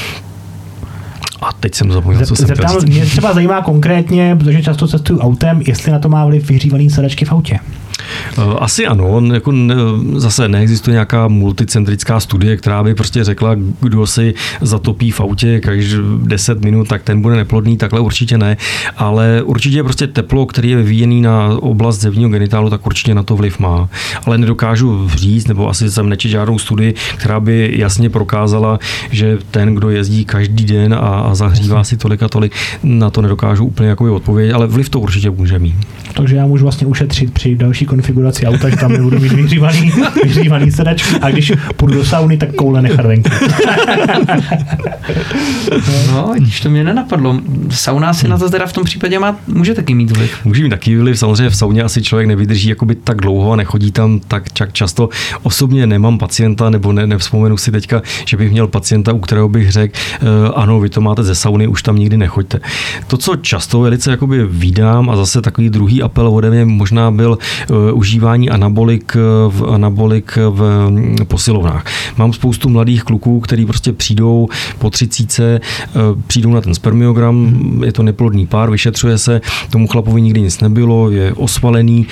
Speaker 3: teď jsem zapomněl, co jsem chtěl říct.
Speaker 1: Mě třeba zajímá konkrétně, protože často cestuju autem, jestli na to má vliv vyhřívaný sedačky v autě.
Speaker 3: Asi ano, jako zase neexistuje nějaká multicentrická studie, která by prostě řekla, kdo si zatopí v autě každý 10 minut, tak ten bude neplodný, takhle určitě ne, ale určitě prostě teplo, který je vyvíjený na oblast zevního genitálu, tak určitě na to vliv má. Ale nedokážu říct, nebo asi jsem nečetl žádnou studii, která by jasně prokázala, že ten, kdo jezdí každý den a zahřívá si tolik a tolik, na to nedokážu úplně jakoby odpovědět, ale vliv to určitě může mít.
Speaker 1: Takže já můžu vlastně ušetřit při další konfiguraci auta, že tam nebudu mít vyhřívaný sedačky a když půjdu do sauny, tak koule nechat venku.
Speaker 2: No, když to mě nenapadlo. Sauna si na to teda v tom případě může taky mít vliv.
Speaker 3: Může mít taky vliv, samozřejmě v sauně asi člověk nevydrží jakoby tak dlouho a nechodí tam tak často. Osobně nemám pacienta, nebo nevzpomenu si teďka, že bych měl pacienta, u kterého bych řekl, ano, vy to máte ze sauny, už tam nikdy nechoďte. To, co často velice jakoby vídám, a zase takový druhý apel ode mě možná byl užívání anabolik v posilovnách. Mám spoustu mladých kluků, kteří prostě přijdou po 30, přijdou na ten spermiogram, je to neplodný pár, vyšetřuje se, tomu chlapovi nikdy nic nebylo, je osvalený,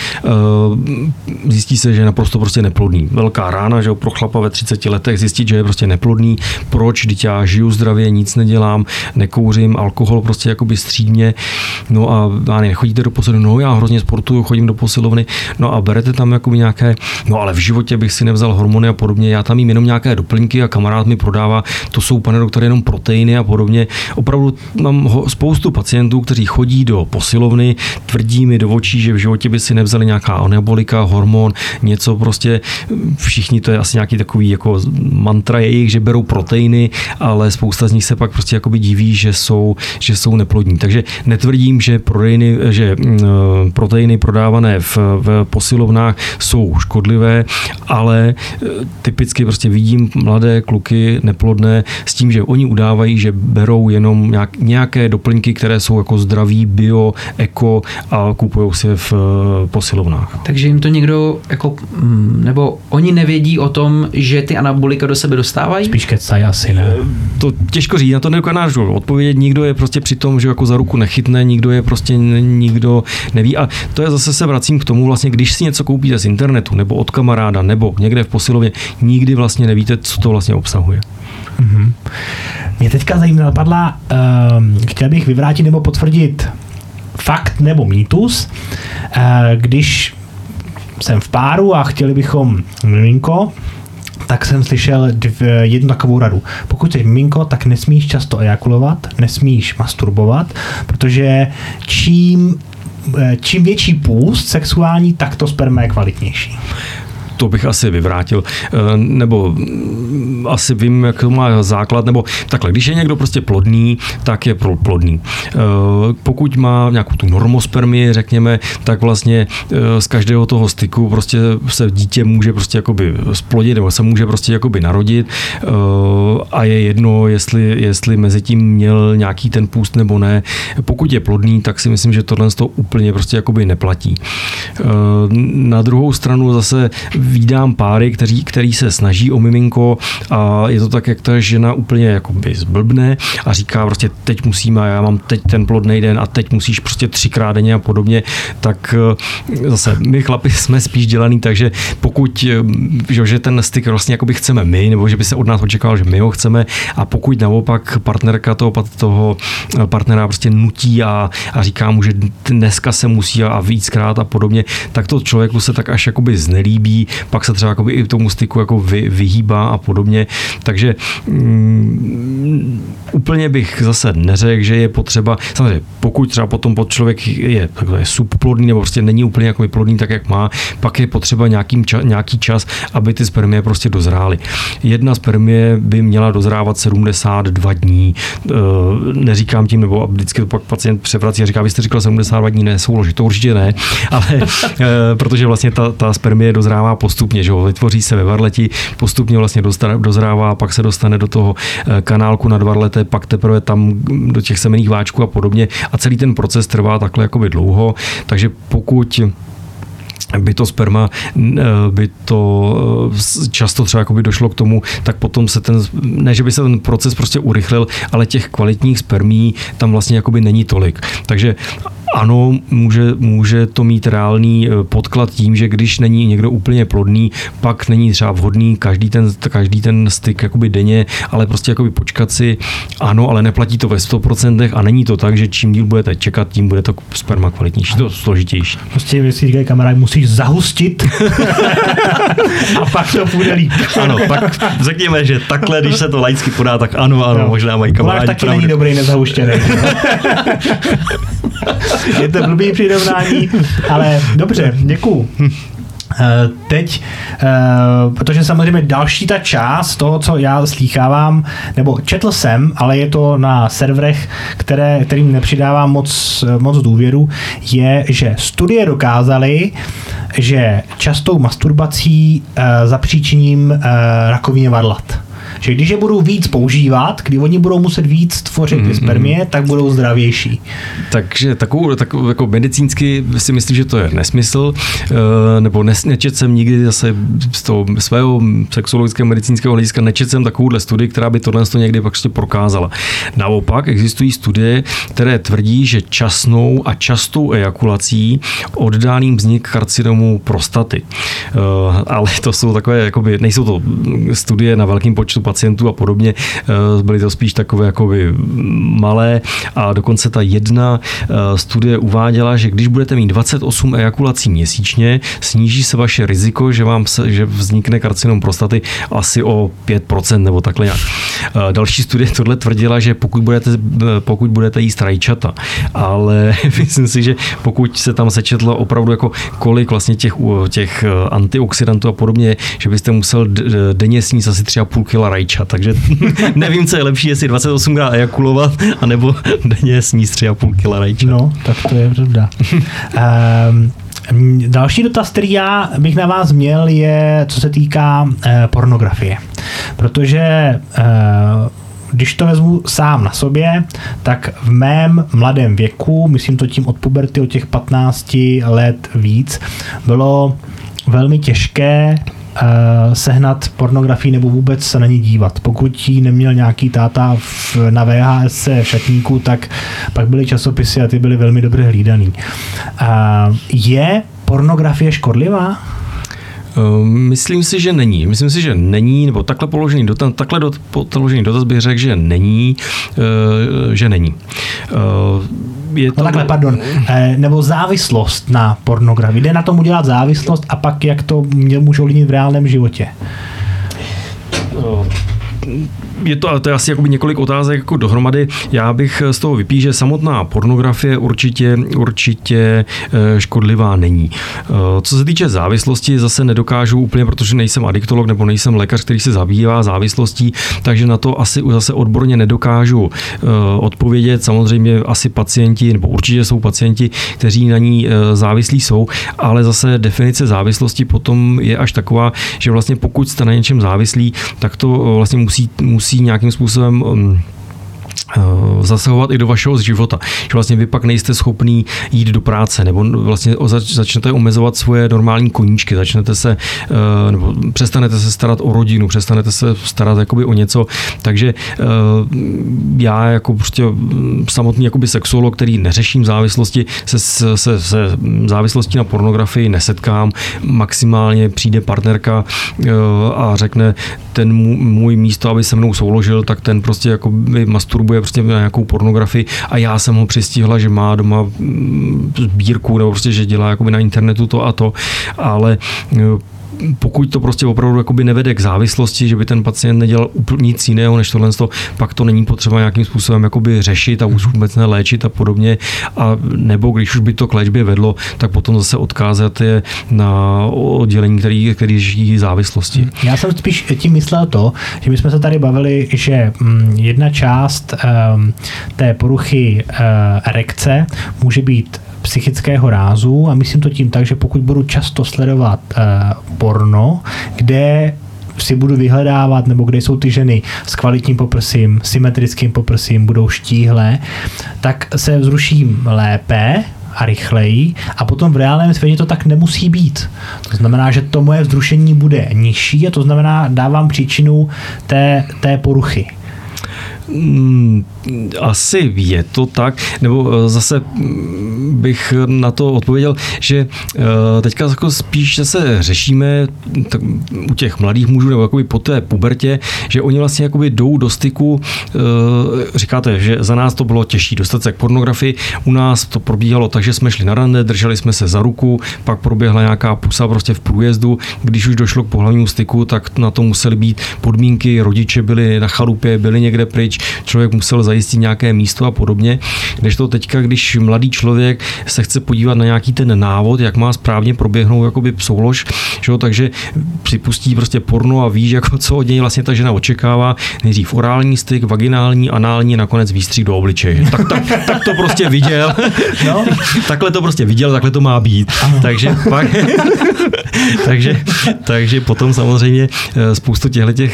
Speaker 3: zjistí se, že je naprosto prostě neplodný. Velká rána, že pro chlapa ve 30 letech zjistit, že je prostě neplodný. Proč? Vždyť já žiju zdravě, nic nedělám, nekouřím, alkohol prostě jakoby střídmě, no a nechodíte do posilovny, no já hrozně sportuju, chodím do posilovny, no a berete tam jakoby nějaké, no ale v životě bych si nevzal hormony a podobně, já tam jím jenom nějaké doplňky a kamarád mi prodává, to jsou, pane doktore, jenom proteiny a podobně. Opravdu mám spoustu pacientů, kteří chodí do posilovny, tvrdí mi do očí, že v životě by si nevzali nějaká anabolika, hormon, něco prostě, všichni to je asi nějaký takový jako mantra jejich, že berou proteiny, ale spousta z nich se pak prostě jakoby diví, že jsou neplodní. Takže netvrdím, že proteiny prodávané v posilovnách jsou škodlivé, ale typicky prostě vidím mladé kluky neplodné s tím, že oni udávají, že berou jenom nějaké doplňky, které jsou jako zdraví, bio, eko a kupují si v posilovnách.
Speaker 2: Takže jim to někdo jako, nebo oni nevědí o tom, že ty anabolika do sebe dostávají?
Speaker 1: Spíš kecají asi, ne?
Speaker 3: To těžko říct, na to nedokážu odpovědět. Nikdo je prostě při tom, že jako za ruku nechytne, nikdo neví. A to je zase se vracím k tomu, vlastně, když si něco koupíte z internetu, nebo od kamaráda, nebo někde v posilovně, nikdy vlastně nevíte, co to vlastně obsahuje.
Speaker 1: Mm-hmm. Mě teďka napadla, chtěl bych vyvrátit nebo potvrdit fakt nebo mýtus, když jsem v páru a chtěli bychom miminko, tak jsem slyšel jednu takovou radu. Pokud jsi miminko, tak nesmíš často ejakulovat, nesmíš masturbovat, protože čím větší půst sexuální, tak to sperma je kvalitnější.
Speaker 3: To bych asi vyvrátil, nebo asi vím, jak to má základ, nebo takhle, když je někdo prostě plodný, tak je plodný. Pokud má nějakou tu normospermii, řekněme, tak vlastně z každého toho styku prostě se dítě může prostě jakoby splodit, nebo se může prostě jakoby narodit a je jedno, jestli mezi tím měl nějaký ten půst nebo ne. Pokud je plodný, tak si myslím, že tohle to úplně prostě jakoby neplatí. Na druhou stranu zase vídám páry, který se snaží o miminko a je to tak, jak ta žena úplně jakoby zblbne a říká prostě teď musíme, já mám teď ten plodnej den a teď musíš prostě 3krát denně a podobně, tak zase my chlapi jsme spíš dělaný, takže pokud, že ten styk vlastně jakoby chceme my, nebo že by se od nás očekával, že my ho chceme a pokud naopak partnerka toho partnera prostě nutí a říká mu, že dneska se musí a víckrát a podobně, tak to člověku se tak až jakoby znelíbí, pak se třeba i tomu styku jako vyhýbá a podobně. Takže úplně bych zase neřekl, že je potřeba, samozřejmě pokud třeba potom člověk je subplodný nebo prostě není úplně jako plodný tak, jak má, pak je potřeba nějaký čas, aby ty spermie prostě dozrály. Jedna spermie by měla dozrávat 72 dní. Neříkám tím, nebo vždycky to pak pacient převrací a říká, vy jste říkal 72 dní, ne, souložit, to určitě ne, ale protože vlastně ta spermie dozrává postupně, že ho vytvoří se ve varleti, postupně vlastně dozrává, pak se dostane do toho kanálku nad varlete, pak teprve tam do těch semenných váčků a podobně a celý ten proces trvá takhle jakoby dlouho, takže pokud by to sperma, by to často třeba jakoby došlo k tomu, tak potom se ne, že by se ten proces prostě urychlil, ale těch kvalitních spermí tam vlastně jakoby není tolik. Takže ano, může to mít reálný podklad tím, že když není někdo úplně plodný, pak není třeba vhodný každý ten styk jakoby denně, ale prostě jakoby počkat si, ano, ale neplatí to ve 100% a není to tak, že čím díl budete čekat, tím bude to sperma kvalitnější, to složitější.
Speaker 1: Prostě vy si říkají kamarád, musíš zahustit a pak to půjde líp.
Speaker 3: Ano, pak řekněme, že takhle, když se to laicky podá, tak ano, možná mají kamarádi
Speaker 1: taky pravdu. Není dobrý nezahuštěný. Je to blbý přirovnání, ale dobře, děkuju. Teď, protože samozřejmě další ta část toho, co já slýchávám, nebo četl jsem, ale je to na serverech, kterým nepřidávám moc důvěru, je, že studie dokázaly, že častou masturbací zapříčiním rakovině varlat. Že když je budou víc používat, kdy oni budou muset víc tvořit ty spermie, tak budou zdravější.
Speaker 3: Takže takovou jako medicínsky si myslím, že to je nesmysl, nebo nečet jsem nikdy zase z toho svého sexuologického medicínského hlediska nečet jsem takovouhle studii, která by tohle někdy prostě prokázala. Naopak existují studie, které tvrdí, že časnou a častou ejakulací oddálí vznik karcinomu prostaty. Ale to jsou takové, jakoby, nejsou to studie na velkém počtu pacientů a podobně, byly to spíš takové jakoby malé a dokonce ta jedna studie uváděla, že když budete mít 28 ejakulací měsíčně, sníží se vaše riziko, že vznikne karcinom prostaty asi o 5% nebo takhle nějak. Další studie tohle tvrdila, že pokud budete jíst rajčata, ale myslím si, že pokud se tam sečetlo opravdu jako kolik vlastně těch antioxidantů a podobně, že byste musel denně sníst asi 3,5 kg rajčat, takže nevím, co je lepší, jestli 28krát ejakulovat, anebo denně sníst 3,5 kg rajčat.
Speaker 1: No, tak to je pravda. Další dotaz, který já bych na vás měl, je, co se týká pornografie. Protože když to vezmu sám na sobě, tak v mém mladém věku, myslím to tím od puberty, od těch 15 let víc, bylo velmi těžké sehnat pornografii nebo vůbec se na ní dívat. Pokud ji neměl nějaký táta na VHS v šatníku, tak pak byly časopisy a ty byly velmi dobře hlídaný. Je pornografie škodlivá?
Speaker 3: Myslím si, že není, nebo takhle položený dotaz bych řekl, že není. Je to...
Speaker 1: Pardon. Nebo závislost na pornografii. Jde na tom udělat závislost a pak jak to můžou lidé v reálném životě?
Speaker 3: To je asi jakoby několik otázek jako dohromady. Já bych z toho vypíš, že samotná pornografie určitě škodlivá není. Co se týče závislosti, zase nedokážu úplně, protože nejsem adiktolog nebo nejsem lékař, který se zabývá závislostí, takže na to asi zase odborně nedokážu odpovědět. Samozřejmě asi pacienti, nebo určitě jsou pacienti, kteří na ní závislí jsou, ale zase definice závislosti potom je až taková, že vlastně pokud jste na něčem závislí, tak to vlastně musí nějakým způsobem zasahovat i do vašeho života. Že vlastně vy pak nejste schopný jít do práce, nebo vlastně začnete omezovat svoje normální koníčky, nebo přestanete se starat o rodinu, přestanete se starat jakoby o něco. Takže já jako prostě samotný jakoby sexuolog, který neřeším závislosti, se závislostí na pornografii nesetkám. Maximálně přijde partnerka a řekne, ten můj místo, aby se mnou souložil, tak ten prostě jakoby masturbuje prostě na nějakou pornografii a já jsem ho přistihla, že má doma sbírku nebo prostě, že dělá jakoby na internetu to a to, ale pokud to prostě opravdu jakoby nevede k závislosti, že by ten pacient nedělal úplně nic jiného než tohle, pak to není potřeba nějakým způsobem jakoby řešit a už vůbec neléčit a podobně. A nebo když už by to k léčbě vedlo, tak potom zase odkázat je na oddělení, který žijí závislosti.
Speaker 1: Já jsem spíš tím myslel to, že my jsme se tady bavili, že jedna část té poruchy erekce může být psychického rázu a myslím to tím tak, že pokud budu často sledovat porno, kde si budu vyhledávat, nebo kde jsou ty ženy s kvalitním poprsím, symetrickým poprsím, budou štíhlé, tak se vzruším lépe, a rychleji a potom v reálném světě to tak nemusí být. To znamená, že to moje vzrušení bude nižší a to znamená, dávám příčinu té poruchy.
Speaker 3: Asi je to tak, nebo zase bych na to odpověděl, že teďka jako spíš se řešíme u těch mladých mužů nebo jakoby po té pubertě, že oni vlastně jakoby jdou do styku, říkáte, že za nás to bylo těžší dostat se k pornografii, u nás to probíhalo tak, že jsme šli na rande, drželi jsme se za ruku, pak proběhla nějaká pusa prostě v průjezdu, když už došlo k pohlavnímu styku, tak na to musely být podmínky, rodiče byli na chalupě, byli někde pryč, člověk musel zajistit nějaké místo a podobně. Kdežto teďka, když mladý člověk se chce podívat na nějaký ten návod, jak má správně proběhnout jakoby soulož, že jo, takže připustí prostě porno a ví, jako co od něj vlastně ta žena očekává. Nejdřív orální styk, vaginální, anální, nakonec výstřih do obličeje. Tak to prostě viděl. No. Takhle to prostě viděl, takhle to má být. Takže pak takže potom samozřejmě spoustu těch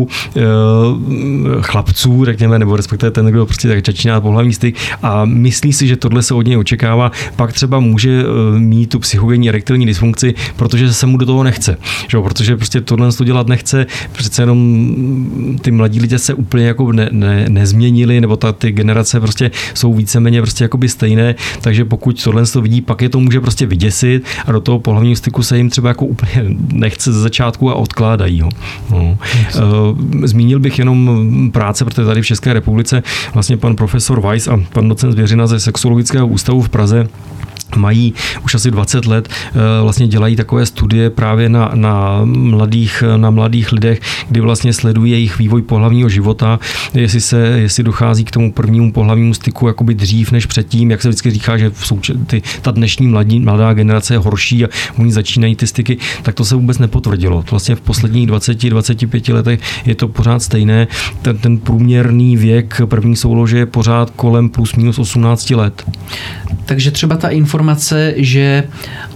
Speaker 3: chlapců, řekněme, nebo respektive ten, kdo prostě tak začíná pohlavní styk a myslí si, že tohle se od něj očekává, pak třeba může mít tu psychogenní erektilní dysfunkci, protože se mu do toho nechce. Že? Protože prostě tohle to dělat nechce, přece jenom ty mladí lidé se úplně jako nezměnili, nebo ty generace prostě jsou víceméně prostě jakoby stejné, takže pokud tohle to vidí, pak je to může prostě vyděsit a do toho pohlavního styku se jim třeba jako úplně nechce ze začátku a odkládají ho. No. Zmínil bych jenom práce, protože tady v České republice vlastně pan profesor Weiss a pan docent Zvěřina ze Sexuologického ústavu v Praze mají už asi 20 let, vlastně dělají takové studie právě na mladých lidech, kdy vlastně sledují jejich vývoj pohlavního života, jestli dochází k tomu prvnímu pohlavnímu styku jakoby dřív než předtím, jak se vždycky říká, že ta dnešní mladá generace je horší a oni začínají ty styky, tak to se vůbec nepotvrdilo. Vlastně v posledních 20-25 letech je to pořád stejné. Ten průměrný věk první soulože je pořád kolem plus minus 18 let.
Speaker 2: Takže třeba ta informace, že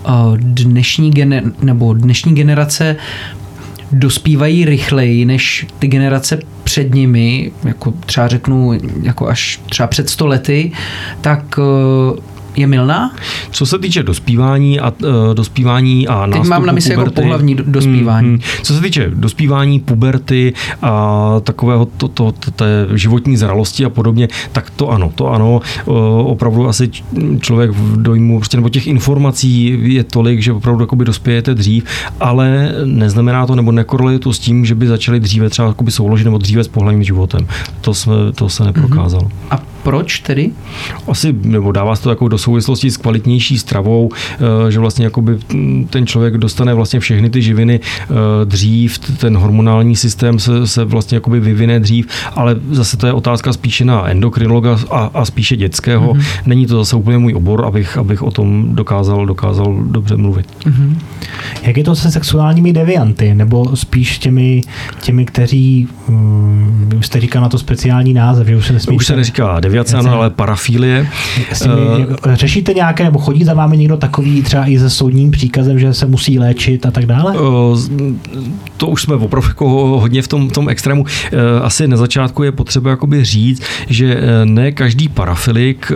Speaker 2: dnešní generace dospívají rychleji než ty generace před nimi, jako třeba řeknu, jako až třeba před 100 lety, tak je mylná?
Speaker 3: Co se týče dospívání a nástupu
Speaker 2: teď mám na mysli
Speaker 3: puberty,
Speaker 2: jako pohlavní dospívání.
Speaker 3: Co se týče dospívání, puberty a takového té životní zralosti a podobně, tak to ano. Opravdu asi člověk v dojmu, prostě, nebo těch informací je tolik, že opravdu jakoby dospějete dřív, ale neznamená to, nebo nekoreluje to s tím, že by začali dříve třeba jakoby souložit nebo dříve s pohlavním životem. To se neprokázalo.
Speaker 2: A proč tedy?
Speaker 3: Asi, nebo dává se to jako do souvislosti s kvalitnější stravou, že vlastně jakoby ten člověk dostane vlastně všechny ty živiny dřív, ten hormonální systém se vlastně jakoby vyvine dřív, ale zase to je otázka spíše na endokrinologa a spíše dětského. Není to zase úplně můj obor, abych o tom dokázal dobře mluvit.
Speaker 1: Jak je to se sexuálními devianty, nebo spíš těmi kteří, jste říkal na to speciální název, že
Speaker 3: už se neříká deviace, ano, ale parafilie.
Speaker 1: Řešíte nějaké, nebo chodí za vámi někdo takový třeba i se soudním příkazem, že se musí léčit a tak dále?
Speaker 3: To už jsme opravdu hodně v tom extrému. Asi na začátku je potřeba jakoby říct, že ne každý parafilik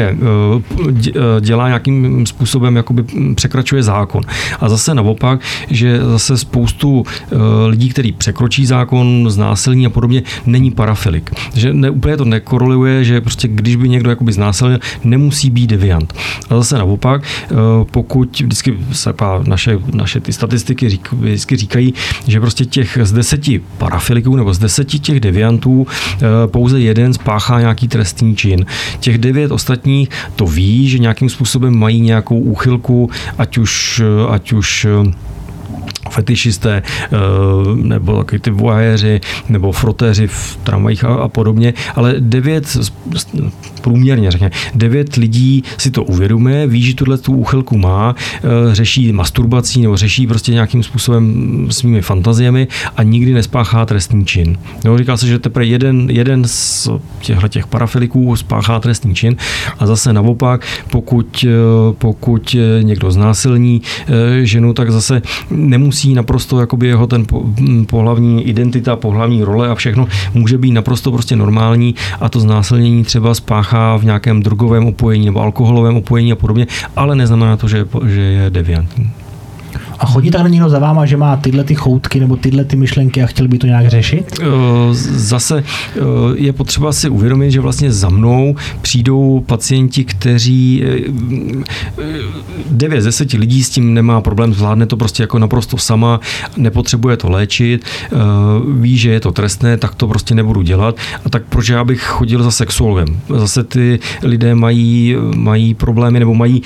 Speaker 3: dělá nějakým způsobem, jakoby překračuje zákon. A zase naopak, že zase spoustu lidí, kteří překročí zákon, znásilní a podobně, není parafilik. Že úplně to nekoreluje, že prostě když by někdo jakoby znásilnil, nemusí být deviant. A zase naopak, pokud vždycky naše ty statistiky vždycky říkají, že prostě z 10 parafiliků nebo z 10 těch deviantů pouze jeden spáchá nějaký trestný čin. Těch 9 ostatních to ví, že nějakým způsobem mají nějakou úchylku, ať už fetišisté, nebo taky ty voyeuři, nebo frotéři v tramvajích a podobně, ale 9 průměrně, řekněme, 9 lidí si to uvědomuje, ví, že tuhle tu úchylku má, řeší masturbací nebo řeší prostě nějakým způsobem svými fantaziemi a nikdy nespáchá trestný čin. No, říká se, že teprve jeden z těch parafiliků spáchá trestný čin a zase naopak, pokud někdo znásilní ženu, tak zase nemusí musí naprosto, jakoby jeho ten pohlavní identita, pohlavní role a všechno může být naprosto prostě normální a to znásilnění třeba spáchá v nějakém drogovém opojení nebo alkoholovém opojení a podobně, ale neznamená to, že je deviantní.
Speaker 1: A chodí takhle někdo za váma, že má tyhle ty choutky nebo tyhle ty myšlenky a chtěl by to nějak řešit?
Speaker 3: Zase je potřeba si uvědomit, že vlastně za mnou přijdou pacienti, kteří 9 z 10 lidí s tím nemá problém, zvládne to prostě jako naprosto sama, nepotřebuje to léčit, ví, že je to trestné, tak to prostě nebudu dělat. A tak proč já bych chodil za sexuologem? Zase ty lidé mají problémy nebo mají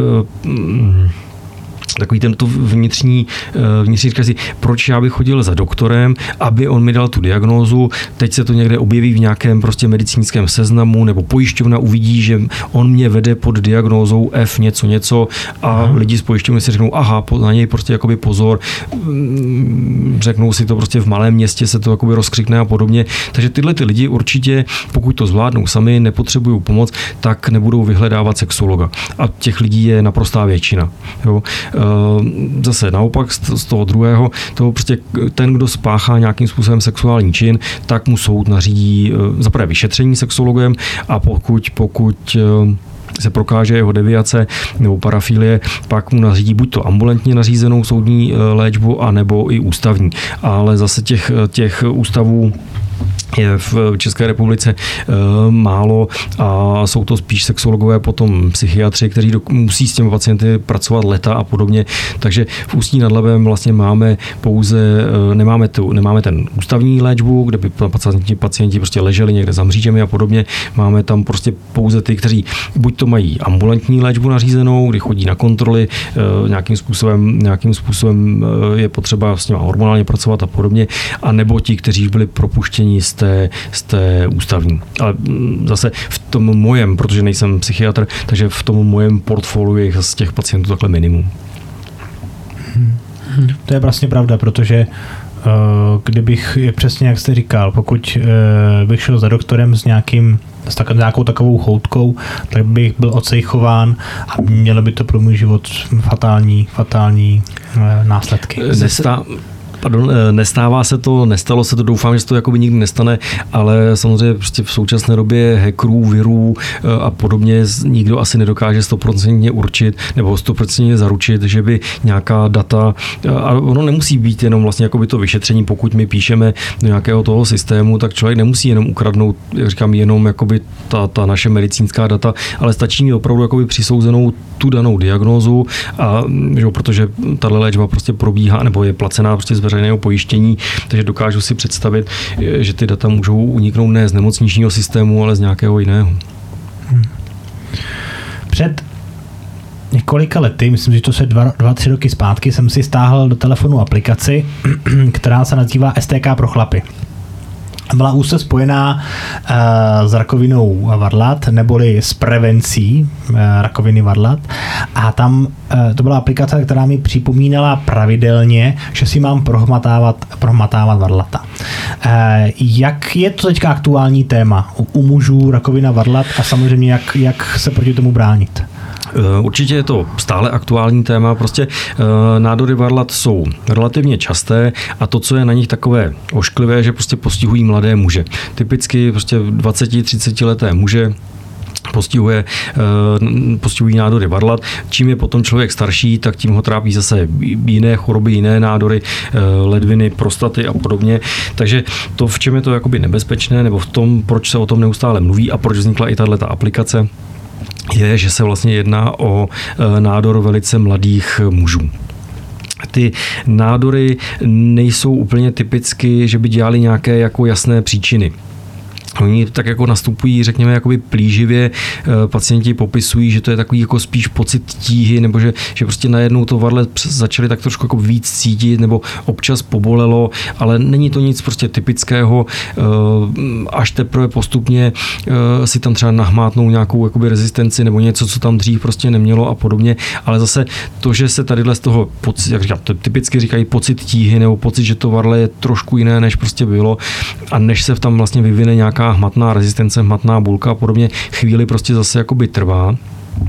Speaker 3: takový tento vnitřní říkací, proč já bych chodil za doktorem, aby on mi dal tu diagnózu, teď se to někde objeví v nějakém prostě medicínském seznamu, nebo pojišťovna uvidí, že on mě vede pod diagnózou F něco a lidi z pojišťovny si řeknou, aha, na něj prostě jakoby pozor, řeknou si to prostě v malém městě se to jakoby rozkřikne a podobně. Takže tyhle ty lidi určitě, pokud to zvládnou sami, nepotřebují pomoc, tak nebudou vyhledávat sexuologa. A těch lidí je naprostá většina. Jo. Zase naopak z toho druhého, toho prostě ten, kdo spáchá nějakým způsobem sexuální čin, tak mu soud nařídí zaprvé vyšetření sexologem a pokud se prokáže jeho deviace nebo parafilie, pak mu nařídí buď to ambulantně nařízenou soudní léčbu, anebo i ústavní. Ale zase těch ústavů je v České republice málo a jsou to spíš sexologové, potom psychiatři, kteří musí s těmi pacienty pracovat leta a podobně. Takže v Ústí nad Labem vlastně máme pouze, nemáme ten ústavní léčbu, kde by pacienti prostě leželi někde za mřížemi a podobně. Máme tam prostě pouze ty, kteří buď to mají ambulantní léčbu nařízenou, kdy chodí na kontroly, nějakým způsobem je potřeba s nimi hormonálně pracovat a podobně, a nebo ti, kteří byli propuštěni z té ústavní. Ale zase v tom mojem, protože nejsem psychiatr, takže v tom mojem portfoliu je z těch pacientů takhle minimum.
Speaker 1: To je vlastně pravda, protože kdybych, přesně jak jste říkal, pokud bych šel za doktorem s nějakou takovou choutkou, tak bych byl odsejchován a mělo by to pro můj život fatální následky.
Speaker 3: Nestává se to, nestalo se to, doufám, že se to jakoby nikdy nestane, ale samozřejmě prostě v současné době hackerů, virů a podobně nikdo asi nedokáže 100% určit nebo 100% zaručit, že by nějaká data, a ono nemusí být jenom vlastně jakoby to vyšetření, pokud my píšeme do nějakého toho systému, tak člověk nemusí jenom ukradnout, jak říkám, jenom jakoby ta naše medicínská data, ale stačí mi opravdu jakoby přisouzenou tu danou diagnózu, a že, protože tato léčba prostě probíhá nebo je placená prostě z veřejného pojištění, takže dokážu si představit, že ty data můžou uniknout ne z nemocničního systému, ale z nějakého jiného.
Speaker 1: Před několika lety, myslím, že to se 2-3 roky zpátky, jsem si stáhl do telefonu aplikaci, která se nazývá STK pro chlapy. Byla úzce spojená s rakovinou varlat, neboli s prevencí rakoviny varlat. A tam to byla aplikace, která mi připomínala pravidelně, že si mám prohmatávat varlata. Jak je to teďka aktuální téma u mužů rakovina varlat a samozřejmě jak se proti tomu bránit?
Speaker 3: Určitě je to stále aktuální téma, prostě nádory varlat jsou relativně časté a to, co je na nich takové ošklivé, že prostě postihují mladé muže. Typicky prostě 20-30 leté muže postihují nádory varlat. Čím je potom člověk starší, tak tím ho trápí zase jiné choroby, jiné nádory, ledviny, prostaty a podobně. Takže to, v čem je to jakoby nebezpečné, nebo v tom, proč se o tom neustále mluví a proč vznikla i tato aplikace, je, že se vlastně jedná o nádor velice mladých mužů. Ty nádory nejsou úplně typicky, že by dělali nějaké jako jasné příčiny. Oni tak jako nastupují, řekněme, jakoby plíživě, pacienti popisují, že to je takový jako spíš pocit tíhy, nebo že prostě najednou to varle začali tak trošku jako víc cítit, nebo občas pobolelo, ale není to nic prostě typického, až teprve postupně si tam třeba nahmátnou nějakou jakoby rezistenci, nebo něco, co tam dřív prostě nemělo a podobně, ale zase to, že se tadyhle z toho, jak říkám, to typicky říkají pocit tíhy, nebo pocit, že to varle je trošku jiné, než prostě bylo, a než se tam vlastně vyvine nějaká hmatná rezistence, hmatná bulka a podobně, chvíli prostě zase jakoby trvá.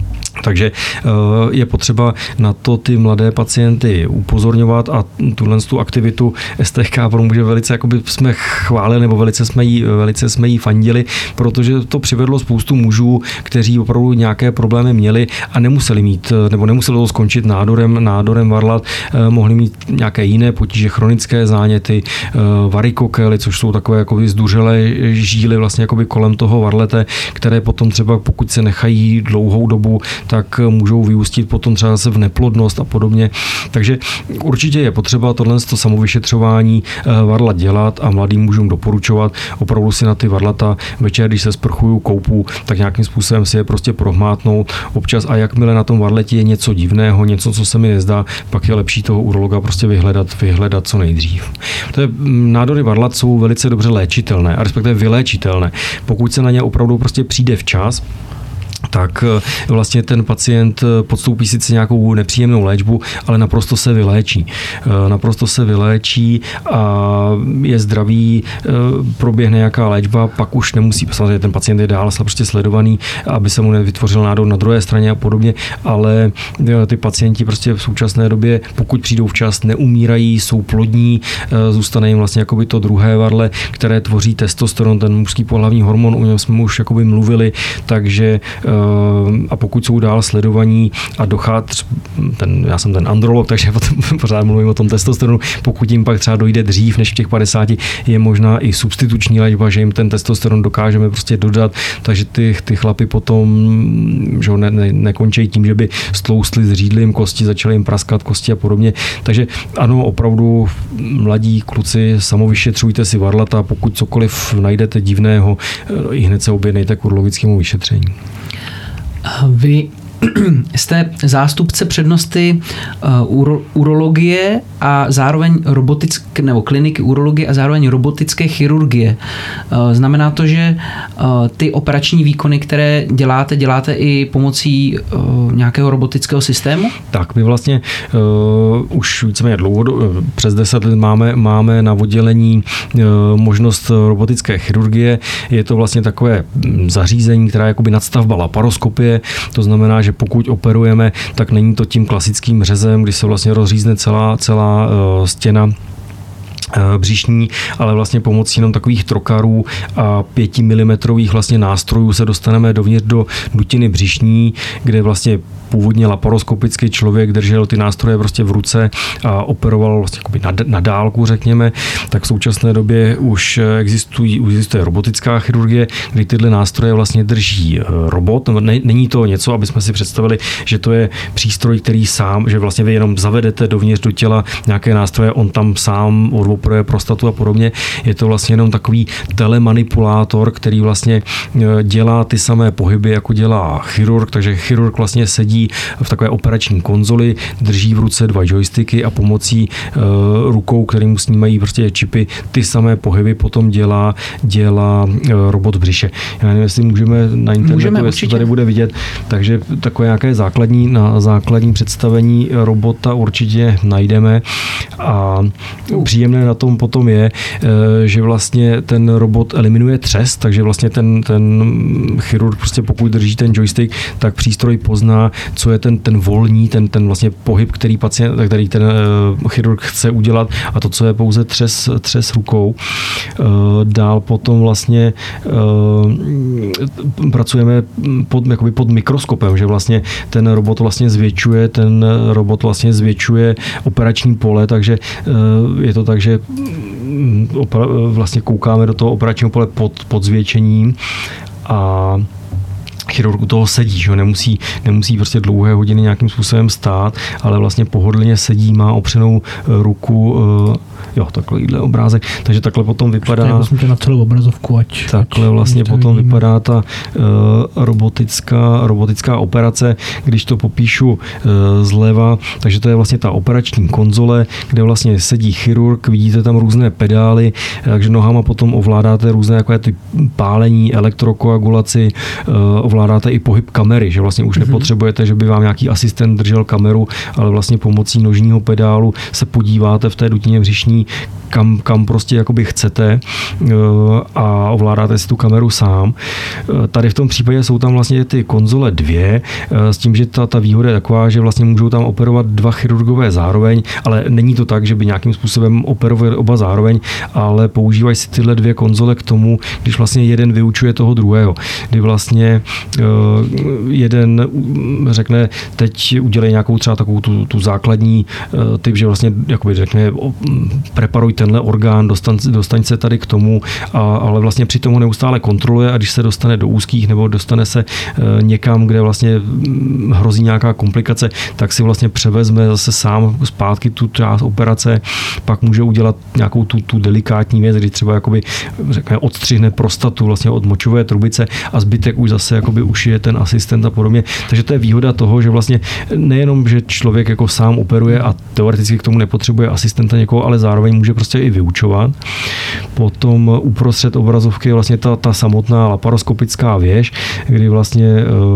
Speaker 3: Takže je potřeba na to ty mladé pacienty upozorňovat a tu aktivitu STK může velice jakoby jsme chválili nebo velice jsme jí fandili, protože to přivedlo spoustu mužů, kteří opravdu nějaké problémy měli a nemuseli to skončit nádorem varlat, mohli mít nějaké jiné potíže, chronické záněty, varikokely, což jsou takové jakoby zduřelé žíly vlastně jakoby kolem toho varlete, které potom třeba pokud se nechají dlouhou dobu, tak můžou vyústit potom třeba zase v neplodnost a podobně. Takže určitě je potřeba tohle samovyšetřování varla dělat a mladým mužům doporučovat opravdu si na ty varlata večer, když se sprchuju, koupu, tak nějakým způsobem si je prostě prohmátnout občas a jakmile na tom varletě je něco divného, něco, co se mi nezdá, pak je lepší toho urologa prostě vyhledat co nejdřív. Nádory varlat jsou velice dobře léčitelné a respektive vyléčitelné. Pokud se na ně opravdu prostě přijde včas, tak vlastně ten pacient podstoupí sice nějakou nepříjemnou léčbu, ale naprosto se vyléčí a je zdravý, proběhne nějaká léčba, pak už nemusí, samozřejmě ten pacient je dál prostě sledovaný, aby se mu nevytvořil nádor na druhé straně a podobně, ale ty pacienti prostě v současné době, pokud přijdou včas, neumírají, jsou plodní, zůstane jim vlastně jakoby to druhé varle, které tvoří testosteron, ten mužský pohlavní hormon, o něm jsme už jakoby mluvili, takže a pokud jsou dál sledovaní a já jsem ten androlog, takže pořád mluvím o tom testosteronu, pokud jim pak třeba dojde dřív než v těch 50, je možná i substituční léčba, že jim ten testosteron dokážeme prostě dodat, takže ty chlapy potom že nekončí tím, že by stloustli, zřídli jim kosti, začaly jim praskat kosti a podobně. Takže ano, opravdu mladí kluci, samovyšetřujte si varlata, pokud cokoliv najdete divného, i hned se objednejte k urologickému vyšetření.
Speaker 2: Vy jste zástupce přednosti urologie a zároveň kliniky urologie a zároveň robotické chirurgie. Znamená to, že ty operační výkony, které děláte i pomocí nějakého robotického systému?
Speaker 3: Tak, my vlastně už víceméně dlouho, přes 10 let máme na oddělení možnost robotické chirurgie. Je to vlastně takové zařízení, která je jakoby nadstavba laparoskopie, to znamená, že pokud operujeme, tak není to tím klasickým řezem, kdy se vlastně rozřízne celá stěna břišní, ale vlastně pomocí jenom takových trokarů a 5 mm vlastně nástrojů se dostaneme dovnitř do dutiny břišní, kde vlastně původně laparoskopický člověk držel ty nástroje prostě v ruce a operoval vlastně na dálku, řekněme, tak v současné době už existuje robotická chirurgie, kdy tyhle nástroje vlastně drží robot. Není to něco, aby jsme si představili, že to je přístroj, který sám, že vlastně vy jenom zavedete dovnitř do těla nějaké nástroje, on tam sám operuje prostatu a podobně. Je to vlastně jenom takový telemanipulátor, který vlastně dělá ty samé pohyby, jako dělá chirurg, takže chirurg vlastně sedí v takové operační konzoli, drží v ruce 2 joysticky a pomocí rukou, kterým snímají prostě čipy, ty samé pohyby potom dělá robot v břiše. Já nevím, jestli můžeme na internetu, jestli tady bude vidět, takže takové nějaké základní představení robota určitě najdeme a příjemné na tom potom je, že vlastně ten robot eliminuje třes, takže vlastně ten chirurg prostě pokud drží ten joystick, tak přístroj pozná, co je ten volný, ten vlastně pohyb, který ten chirurg chce udělat a to, co je pouze třes rukou. Dál potom vlastně pracujeme pod mikroskopem, že vlastně ten robot vlastně zvětšuje operační pole, takže je to tak, že vlastně koukáme do toho operačního pole pod zvětšením a chirurg u toho sedí, že nemusí prostě dlouhé hodiny nějakým způsobem stát, ale vlastně pohodlně sedí, má opřenou ruku, takovýhle obrázek, takže takhle potom vypadá.
Speaker 1: Na celou obrazovku,
Speaker 3: takhle vlastně potom vypadá ta robotická operace, když to popíšu zleva, takže to je vlastně ta operační konzole, kde vlastně sedí chirurg, vidíte tam různé pedály, takže nohama potom ovládáte různé takové ty pálení, elektrokoagulaci, ovládáte ovládáte i pohyb kamery, že vlastně už nepotřebujete, že by vám nějaký asistent držel kameru, ale vlastně pomocí nožního pedálu se podíváte v té dutině břišní, kam prostě jakoby chcete a ovládáte si tu kameru sám. Tady v tom případě jsou tam vlastně ty konzole 2, s tím, že ta výhoda je taková, že vlastně můžou tam operovat 2 chirurgové zároveň, ale není to tak, že by nějakým způsobem operovali oba zároveň, ale používají si tyhle 2 konzole k tomu, když vlastně jeden vyučuje toho druhého. Kdy vlastně jeden řekne, teď udělej nějakou třeba takovou tu základní typ, že vlastně jakoby řekne, preparuj tenhle orgán, dostaň se tady k tomu, ale vlastně při tomu neustále kontroluje a když se dostane do úzkých nebo dostane se někam, kde vlastně hrozí nějaká komplikace, tak si vlastně převezme zase sám zpátky tu část operace, pak může udělat nějakou tu delikátní věc, kdy třeba jakoby řekne, odstřihne prostatu vlastně od močové trubice a zbytek už zase jakoby ušije ten asistent a podobně. Takže to je výhoda toho, že vlastně nejenom, že člověk jako sám operuje a teoreticky k tomu nepotřebuje asistenta někoho, ale zároveň může prostě i vyučovat. Potom uprostřed obrazovky je vlastně ta samotná laparoskopická věž, kdy vlastně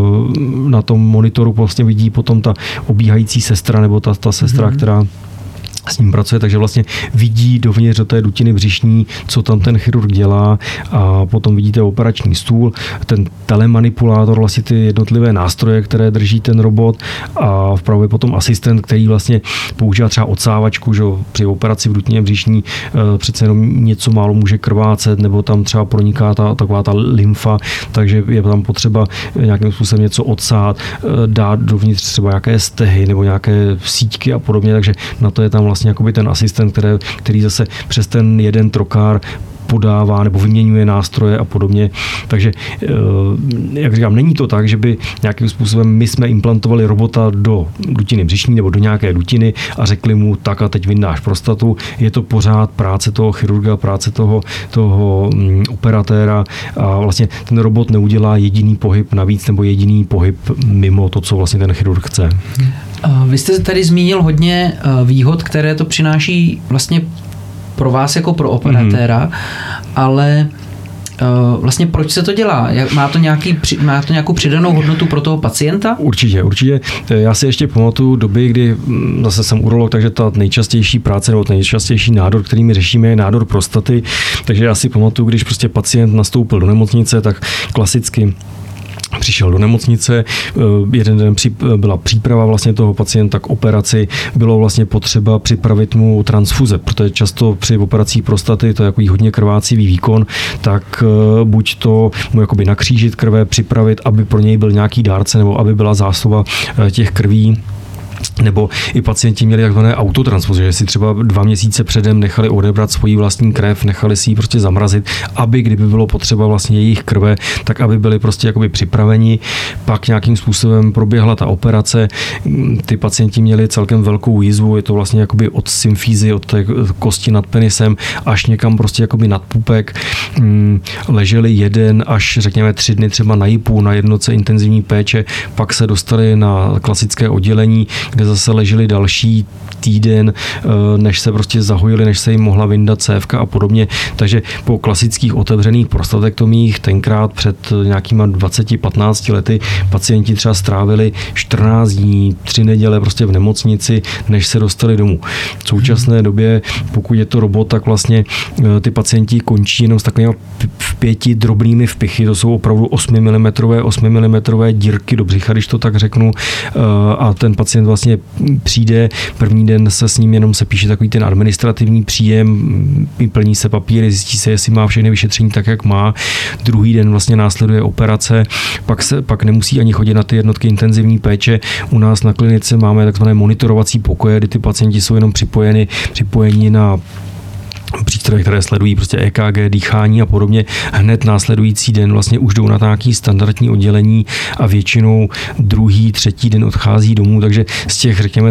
Speaker 3: na tom monitoru vlastně vidí potom ta obíhající sestra nebo ta sestra, která s ním pracuje, takže vlastně vidí dovnitř do té dutiny břišní, co tam ten chirurg dělá a potom vidíte operační stůl, ten telemanipulátor, vlastně ty jednotlivé nástroje, které drží ten robot a vpravo je potom asistent, který vlastně používá třeba odsávačku, že při operaci v dutině břišní přece jenom něco málo může krvácet nebo tam třeba proniká taková ta lymfa, takže je tam potřeba nějakým způsobem něco odsát, dát dovnitř třeba nějaké stehy nebo nějaké síťky a podobně, takže na to je tam vlastně jakoby ten asistent, který zase přes ten jeden trokár podává nebo vyměňuje nástroje a podobně. Takže, jak říkám, není to tak, že by nějakým způsobem my jsme implantovali robota do dutiny břišní nebo do nějaké dutiny a řekli mu tak a teď vyndáš prostatu. Je to pořád práce toho chirurga, práce toho operatéra a vlastně ten robot neudělá jediný pohyb navíc nebo jediný pohyb mimo to, co vlastně ten chirurg chce.
Speaker 2: Vy jste tady zmínil hodně výhod, které to přináší vlastně pro vás jako pro operatéra, ale vlastně proč se to dělá? Má to nějakou přidanou hodnotu pro toho pacienta?
Speaker 3: Určitě. Já si ještě pamatuju doby, kdy zase jsem urolog, takže ta nejčastější práce nebo nejčastější nádor, který my řešíme, je nádor prostaty. Takže já si pamatuju, když prostě pacient nastoupil do nemocnice, tak klasicky přišel do nemocnice, jeden den byla příprava vlastně toho pacienta k operaci, bylo vlastně potřeba připravit mu transfuze, protože často při operacích prostaty to je jako hodně krvácivý výkon, tak buď to mu jakoby nakřížit krve, připravit, aby pro něj byl nějaký dárce nebo aby byla zásoba těch krví. Nebo i pacienti měli takzvané autotransfuze, že si třeba 2 měsíce předem nechali odebrat svoji vlastní krev, nechali si ji prostě zamrazit, aby kdyby bylo potřeba vlastně jejich krve, tak aby byli prostě jakoby připraveni. Pak nějakým způsobem proběhla ta operace. Ty pacienti měli celkem velkou jizvu, je to vlastně jakoby od symfízy, od té kosti nad penisem až někam prostě jakoby nad pupek. Leželi 1 až řekněme 3 dny třeba na JIPu, na jednotce intenzivní péče, pak se dostali na klasické oddělení, kde zase leželi další týden, než se prostě zahojili, než se jim mohla vyndat cévka a podobně. Takže po klasických otevřených prostatektomích tenkrát před nějakýma 20-15 lety pacienti třeba strávili 14 dní, 3 neděle prostě v nemocnici, než se dostali domů. V současné době, pokud je to robot, tak vlastně ty pacienti končí jenom s takovými 5 drobnými vpichy, to jsou opravdu 8 mm dírky do břicha, když to tak řeknu, a ten pacient vlastně přijde, první den se s ním jenom se píše takový ten administrativní příjem, plní se papíry, zjistí se, jestli má všechny vyšetření tak, jak má. Druhý den vlastně následuje operace, pak nemusí ani chodit na ty jednotky intenzivní péče. U nás na klinice máme takzvané monitorovací pokoje, kdy ty pacienti jsou jenom připojeni na přístroje, které sledují prostě EKG, dýchání a podobně. Hned následující den vlastně už jdou na nějaký standardní oddělení a většinou 2., 3. den odchází domů, takže z těch, řekněme,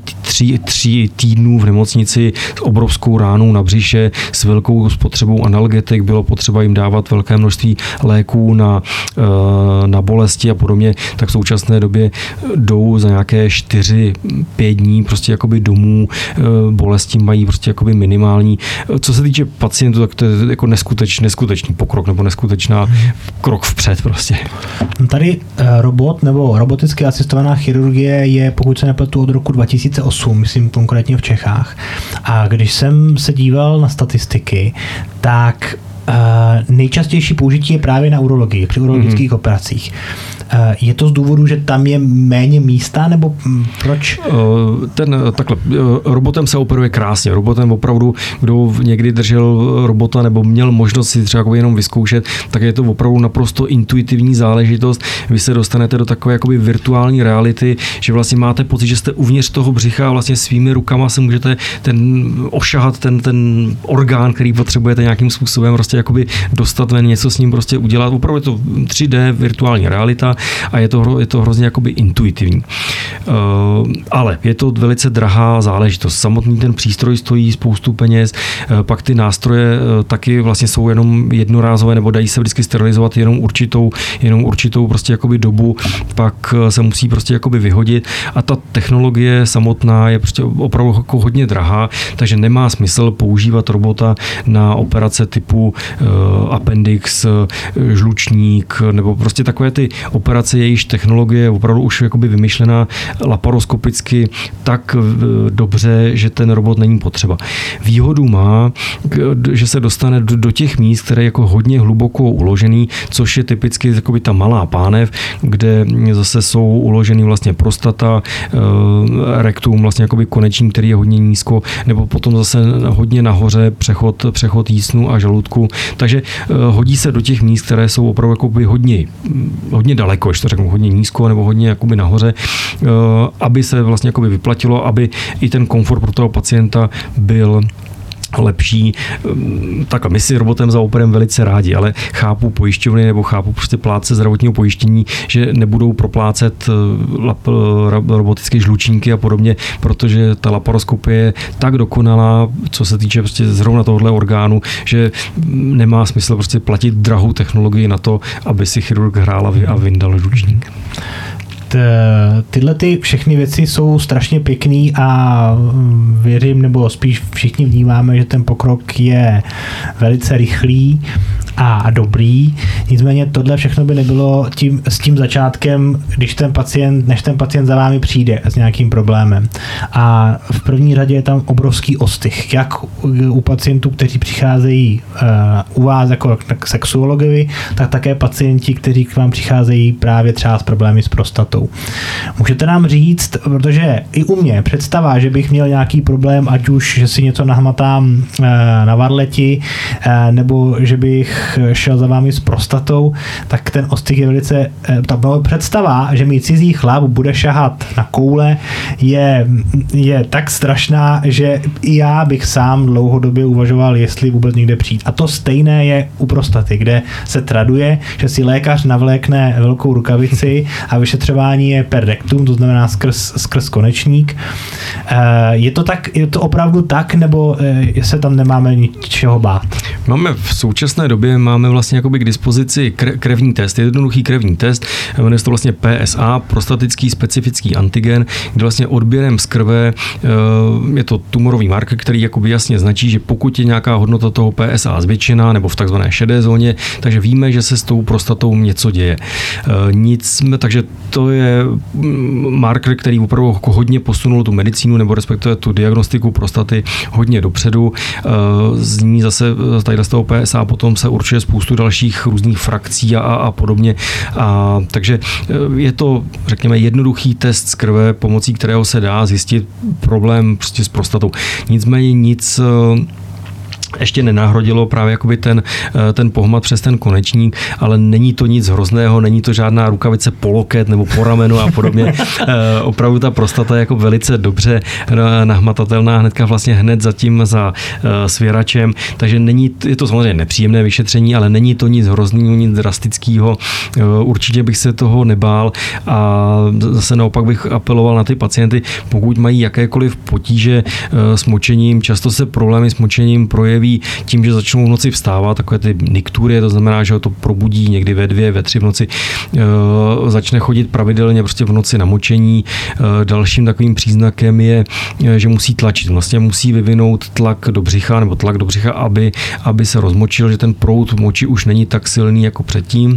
Speaker 3: 3 týdnů v nemocnici s obrovskou ránou na břiše, s velkou spotřebou analgetik, bylo potřeba jim dávat velké množství léků na bolesti a podobně, tak v současné době jdou za nějaké 4-5 dní prostě jakoby domů, bolesti mají prostě jakoby minimální Co se týče pacientů, tak to je jako neskutečný pokrok nebo neskutečná krok vpřed prostě.
Speaker 1: Tady robot nebo roboticky asistovaná chirurgie je, pokud se nepletu, od roku 2008, myslím konkrétně v Čechách. A když jsem se díval na statistiky, tak nejčastější použití je právě na urologii, při urologických operacích. Je to z důvodu, že tam je méně místa, nebo proč?
Speaker 3: Takhle, robotem se operuje krásně. Robotem opravdu, kdo někdy držel robota nebo měl možnost si třeba jenom vyzkoušet, tak je to opravdu naprosto intuitivní záležitost. Vy se dostanete do takové jakoby virtuální reality, že vlastně máte pocit, že jste uvnitř toho břicha a vlastně svými rukama se můžete ošahat ten orgán, který potřebujete nějakým způsobem prostě jakoby dostat ven, něco s ním prostě udělat. Opravdu je to 3D virtuální realita a je to hrozně jakoby intuitivní. Ale je to velice drahá záležitost. Samotný ten přístroj stojí spoustu peněz, pak ty nástroje taky vlastně jsou jenom jednorázové nebo dají se vždycky sterilizovat jenom určitou prostě jakoby dobu, pak se musí prostě jakoby vyhodit a ta technologie samotná je prostě opravdu jako hodně drahá, takže nemá smysl používat robota na operace typu appendix, žlučník nebo prostě takové ty operace, jejíž technologie je opravdu už jakoby vymyšlená laparoskopicky tak dobře, že ten robot není potřeba. Výhodu má, že se dostane do těch míst, které je jako hodně hluboko uložený, což je typicky jakoby ta malá pánev, kde zase jsou uložený vlastně prostata, rektum, vlastně jakoby konečník, který je hodně nízko, nebo potom zase hodně nahoře přechod jícnu a žaludku. Takže hodí se do těch míst, které jsou opravdu jakoby hodně daleko, ještě to řeknu, hodně nízko nebo hodně jakoby nahoře, aby se vlastně jakoby vyplatilo, aby i ten komfort pro toho pacienta byl lepší. Tak my si robotem zaoperujeme velice rádi, ale chápu pojišťovny nebo chápu prostě plátce zdravotního pojištění, že nebudou proplácet robotické žlučníky a podobně, protože ta laparoskopie je tak dokonalá, co se týče prostě zrovna tohohle orgánu, že nemá smysl prostě platit drahou technologii na to, aby si chirurg hrál a vyndal žlučník.
Speaker 1: Tyhle ty všechny věci jsou strašně pěkný a věřím, nebo spíš všichni vnímáme, že ten pokrok je velice rychlý a dobrý. Nicméně tohle všechno by nebylo s tím začátkem, než ten pacient za vámi přijde s nějakým problémem. A v první řadě je tam obrovský ostych, jak u pacientů, kteří přicházejí u vás jako k sexuologovi, tak také pacienti, kteří k vám přicházejí právě třeba s problémy s prostatou. Můžete nám říct, protože i u mě představa, že bych měl nějaký problém, ať už, že si něco nahmatám na varleti, nebo že bych šel za vámi s prostatou, tak ten ostych je velice, ta představa, že mi cizí chlap bude šahat na koule, je tak strašná, že i já bych sám dlouhodobě uvažoval, jestli vůbec někde přijít. A to stejné je u prostaty, kde se traduje, že si lékař navlékne velkou rukavici a vyšetřování je per rectum, to znamená skrz konečník. Je to opravdu tak, nebo se tam nemáme ničeho bát?
Speaker 3: Máme v současné době vlastně jakoby k dispozici krevní test, jednoduchý krevní test, jmenuje se to vlastně PSA, prostatický specifický antigen, kde vlastně odběrem z krve je to tumorový marker, který jakoby jasně značí, že pokud je nějaká hodnota toho PSA zvětšená nebo v takzvané šedé zóně, takže víme, že se s tou prostatou něco děje. Takže to je marker, který opravdu hodně posunul tu medicínu nebo respektive tu diagnostiku prostaty hodně dopředu. Z ní zase tady z toho PSA potom se určuje spoustu dalších různých frakcí a podobně. Takže je to, řekněme, jednoduchý test z krve, pomocí kterého se dá zjistit problém prostě s prostatou. Nicméně nic ještě nenahrodilo právě jakoby ten pohmat přes ten konečník, ale není to nic hrozného, není to žádná rukavice po loket nebo po ramenu a podobně. Opravdu ta prostata je jako velice dobře nahmatatelná hned za svěračem, takže je to samozřejmě nepříjemné vyšetření, ale není to nic hrozného, nic drastického. Určitě bych se toho nebál a zase naopak bych apeloval na ty pacienty, pokud mají jakékoliv potíže s močením, často se problémy s močením projeví projeví tím, že začnou v noci vstávat, takové ty niktury, to znamená, že ho to probudí někdy ve 2, ve 3 v noci, začne chodit pravidelně prostě v noci na močení. Dalším takovým příznakem je, že musí tlačit. Vlastně musí vyvinout tlak do břicha, aby se rozmočil, že ten proud moči už není tak silný jako předtím.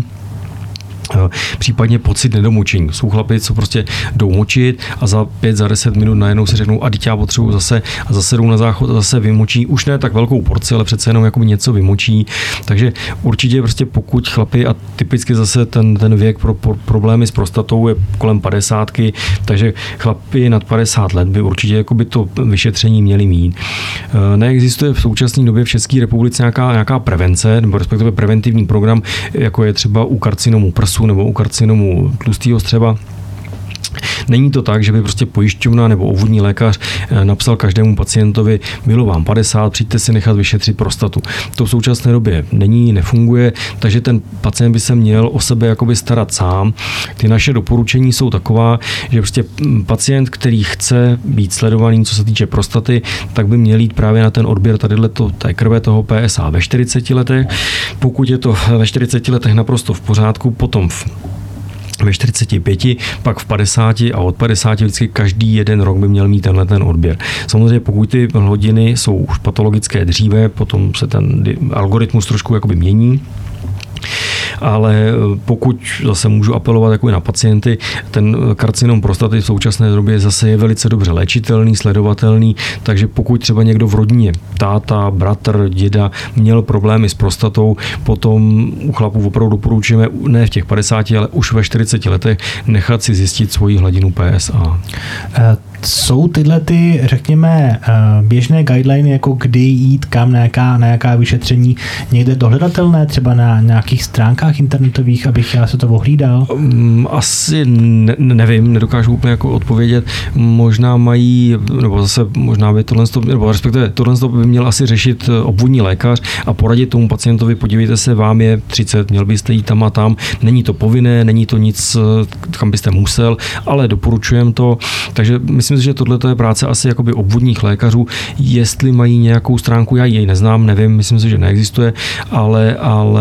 Speaker 3: Případně pocit nedomočení. Jsou chlapi, co prostě jdou močit a za 5, za 10 minut najednou si řeknou, a teď já potřebuji zase, a zase jdou na záchod a zase vymočí. Už ne tak velkou porci, ale přece jenom jako něco vymočí. Takže určitě prostě pokud chlapi, a typicky zase ten věk pro problémy s prostatou je kolem 50, takže chlapi nad 50 let by určitě jakoby to vyšetření měli mít. Neexistuje v současné době v České republice nějaká prevence, nebo respektive preventivní program, jako je třeba u karcinomu prsu nebo u karcinomu tlustého střeva. Není to tak, že by prostě pojišťovna nebo obvodní lékař napsal každému pacientovi, bylo vám 50, přijďte si nechat vyšetřit prostatu. To v současné době nefunguje, takže ten pacient by se měl o sebe jakoby starat sám. Ty naše doporučení jsou taková, že prostě pacient, který chce být sledovaný, co se týče prostaty, tak by měl jít právě na ten odběr té krve toho PSA ve 40 letech. Pokud je to ve 40 letech naprosto v pořádku, potom ve 45, pak v 50 a od 50 vždycky každý jeden rok by měl mít ten odběr. Samozřejmě pokud ty hodiny jsou už patologické dříve, potom se ten algoritmus trošku jakoby mění. Ale pokud zase můžu apelovat jako i na pacienty, ten karcinom prostaty v současné době zase je velice dobře léčitelný, sledovatelný, takže pokud třeba někdo v rodině, táta, bratr, děda měl problémy s prostatou, potom u chlapů opravdu doporučujeme ne v těch 50, ale už ve 40 letech nechat si zjistit svoji hladinu PSA.
Speaker 1: Jsou tyhle ty, řekněme, běžné guideliny, jako kdy jít kam, na jaká vyšetření, někde dohledatelné, třeba na nějakých stránkách internetových, abych já se to ohlídal?
Speaker 3: Asi nevím, nedokážu úplně jako odpovědět. Možná mají, nebo zase možná by nebo respektive tohle by měl asi řešit obvodní lékař a poradit tomu pacientovi, podívejte se, vám je 30, měl byste jít tam a tam, není to povinné, není to nic, kam byste musel, ale doporučujem to, takže myslím si, že tohle je práce asi jakoby obvodních lékařů. Jestli mají nějakou stránku, já ji neznám, nevím, myslím si, že neexistuje, ale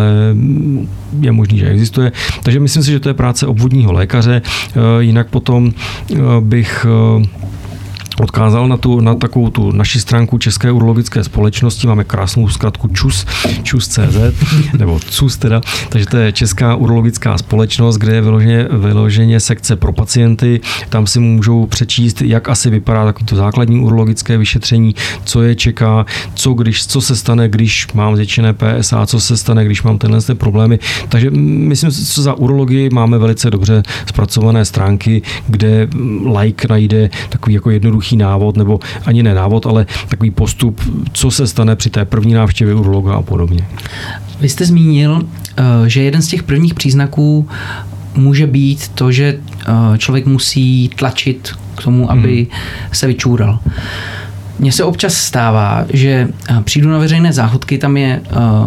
Speaker 3: je možný, že existuje. Takže myslím si, že to je práce obvodního lékaře. Jinak potom bych odkázal na takovou tu naši stránku České urologické společnosti. Máme krásnou zkratku CUS.cz, nebo CUS teda. Takže to je Česká urologická společnost, kde je vyloženě sekce pro pacienty. Tam si můžou přečíst, jak asi vypadá takový to základní urologické vyšetření, co je čeká, co se stane, když mám zvětšené PSA, co se stane, když mám tenhle problémy. Takže myslím, že za urologii máme velice dobře zpracované stránky, kde laik najde takový jako jednoduchý návod, nebo ani ne návod, ale takový postup, co se stane při té první návštěvě urologa a podobně.
Speaker 2: Vy jste zmínil, že jeden z těch prvních příznaků může být to, že člověk musí tlačit k tomu, aby se vyčůral. Mně se občas stává, že přijdu na veřejné záchodky, tam je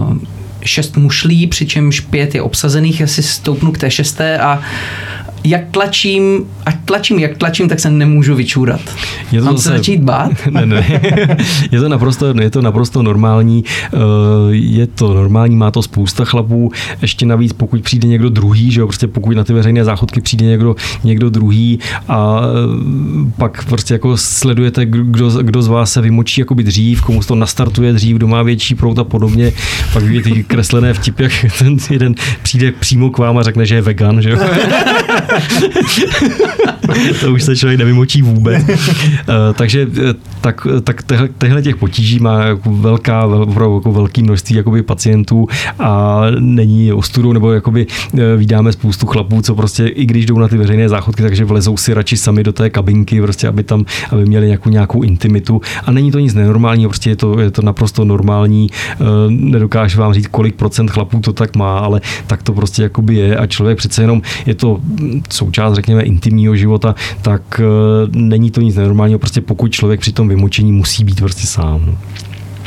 Speaker 2: 6 mušlí, přičemž 5 je obsazených, já si stoupnu k té 6. a jak tlačím, tak se nemůžu vyčůrat. Mám se začít bát?
Speaker 3: Ne. Je to naprosto normální. Je to normální, má to spousta chlapů. Ještě navíc, pokud přijde někdo druhý, že jo, prostě pokud na ty veřejné záchodky přijde někdo druhý a pak prostě jako sledujete, kdo z vás se vymočí jakoby dřív, komu se to nastartuje dřív, kdo má větší proud a podobně. Pak vidíte ty kreslené vtipy, jak ten jeden přijde přímo k vám a řekne, že je vegan, že jo. To už se člověk nevymočí vůbec. Takže těchto těch potíží má velké množství jakoby pacientů a není ostudou, nebo jakoby vídáme spoustu chlapů, co prostě i když jdou na ty veřejné záchodky, takže vlezou si radši sami do té kabinky, prostě aby měli nějakou intimitu. A není to nic nenormálního, prostě je to naprosto normální. Nedokážu vám říct, kolik procent chlapů to tak má, ale tak to prostě jakoby je a člověk přece jenom je to součást, řekněme, intimního života, tak není to nic nenormálního, prostě pokud člověk při tom vymočení musí být prostě sám. No.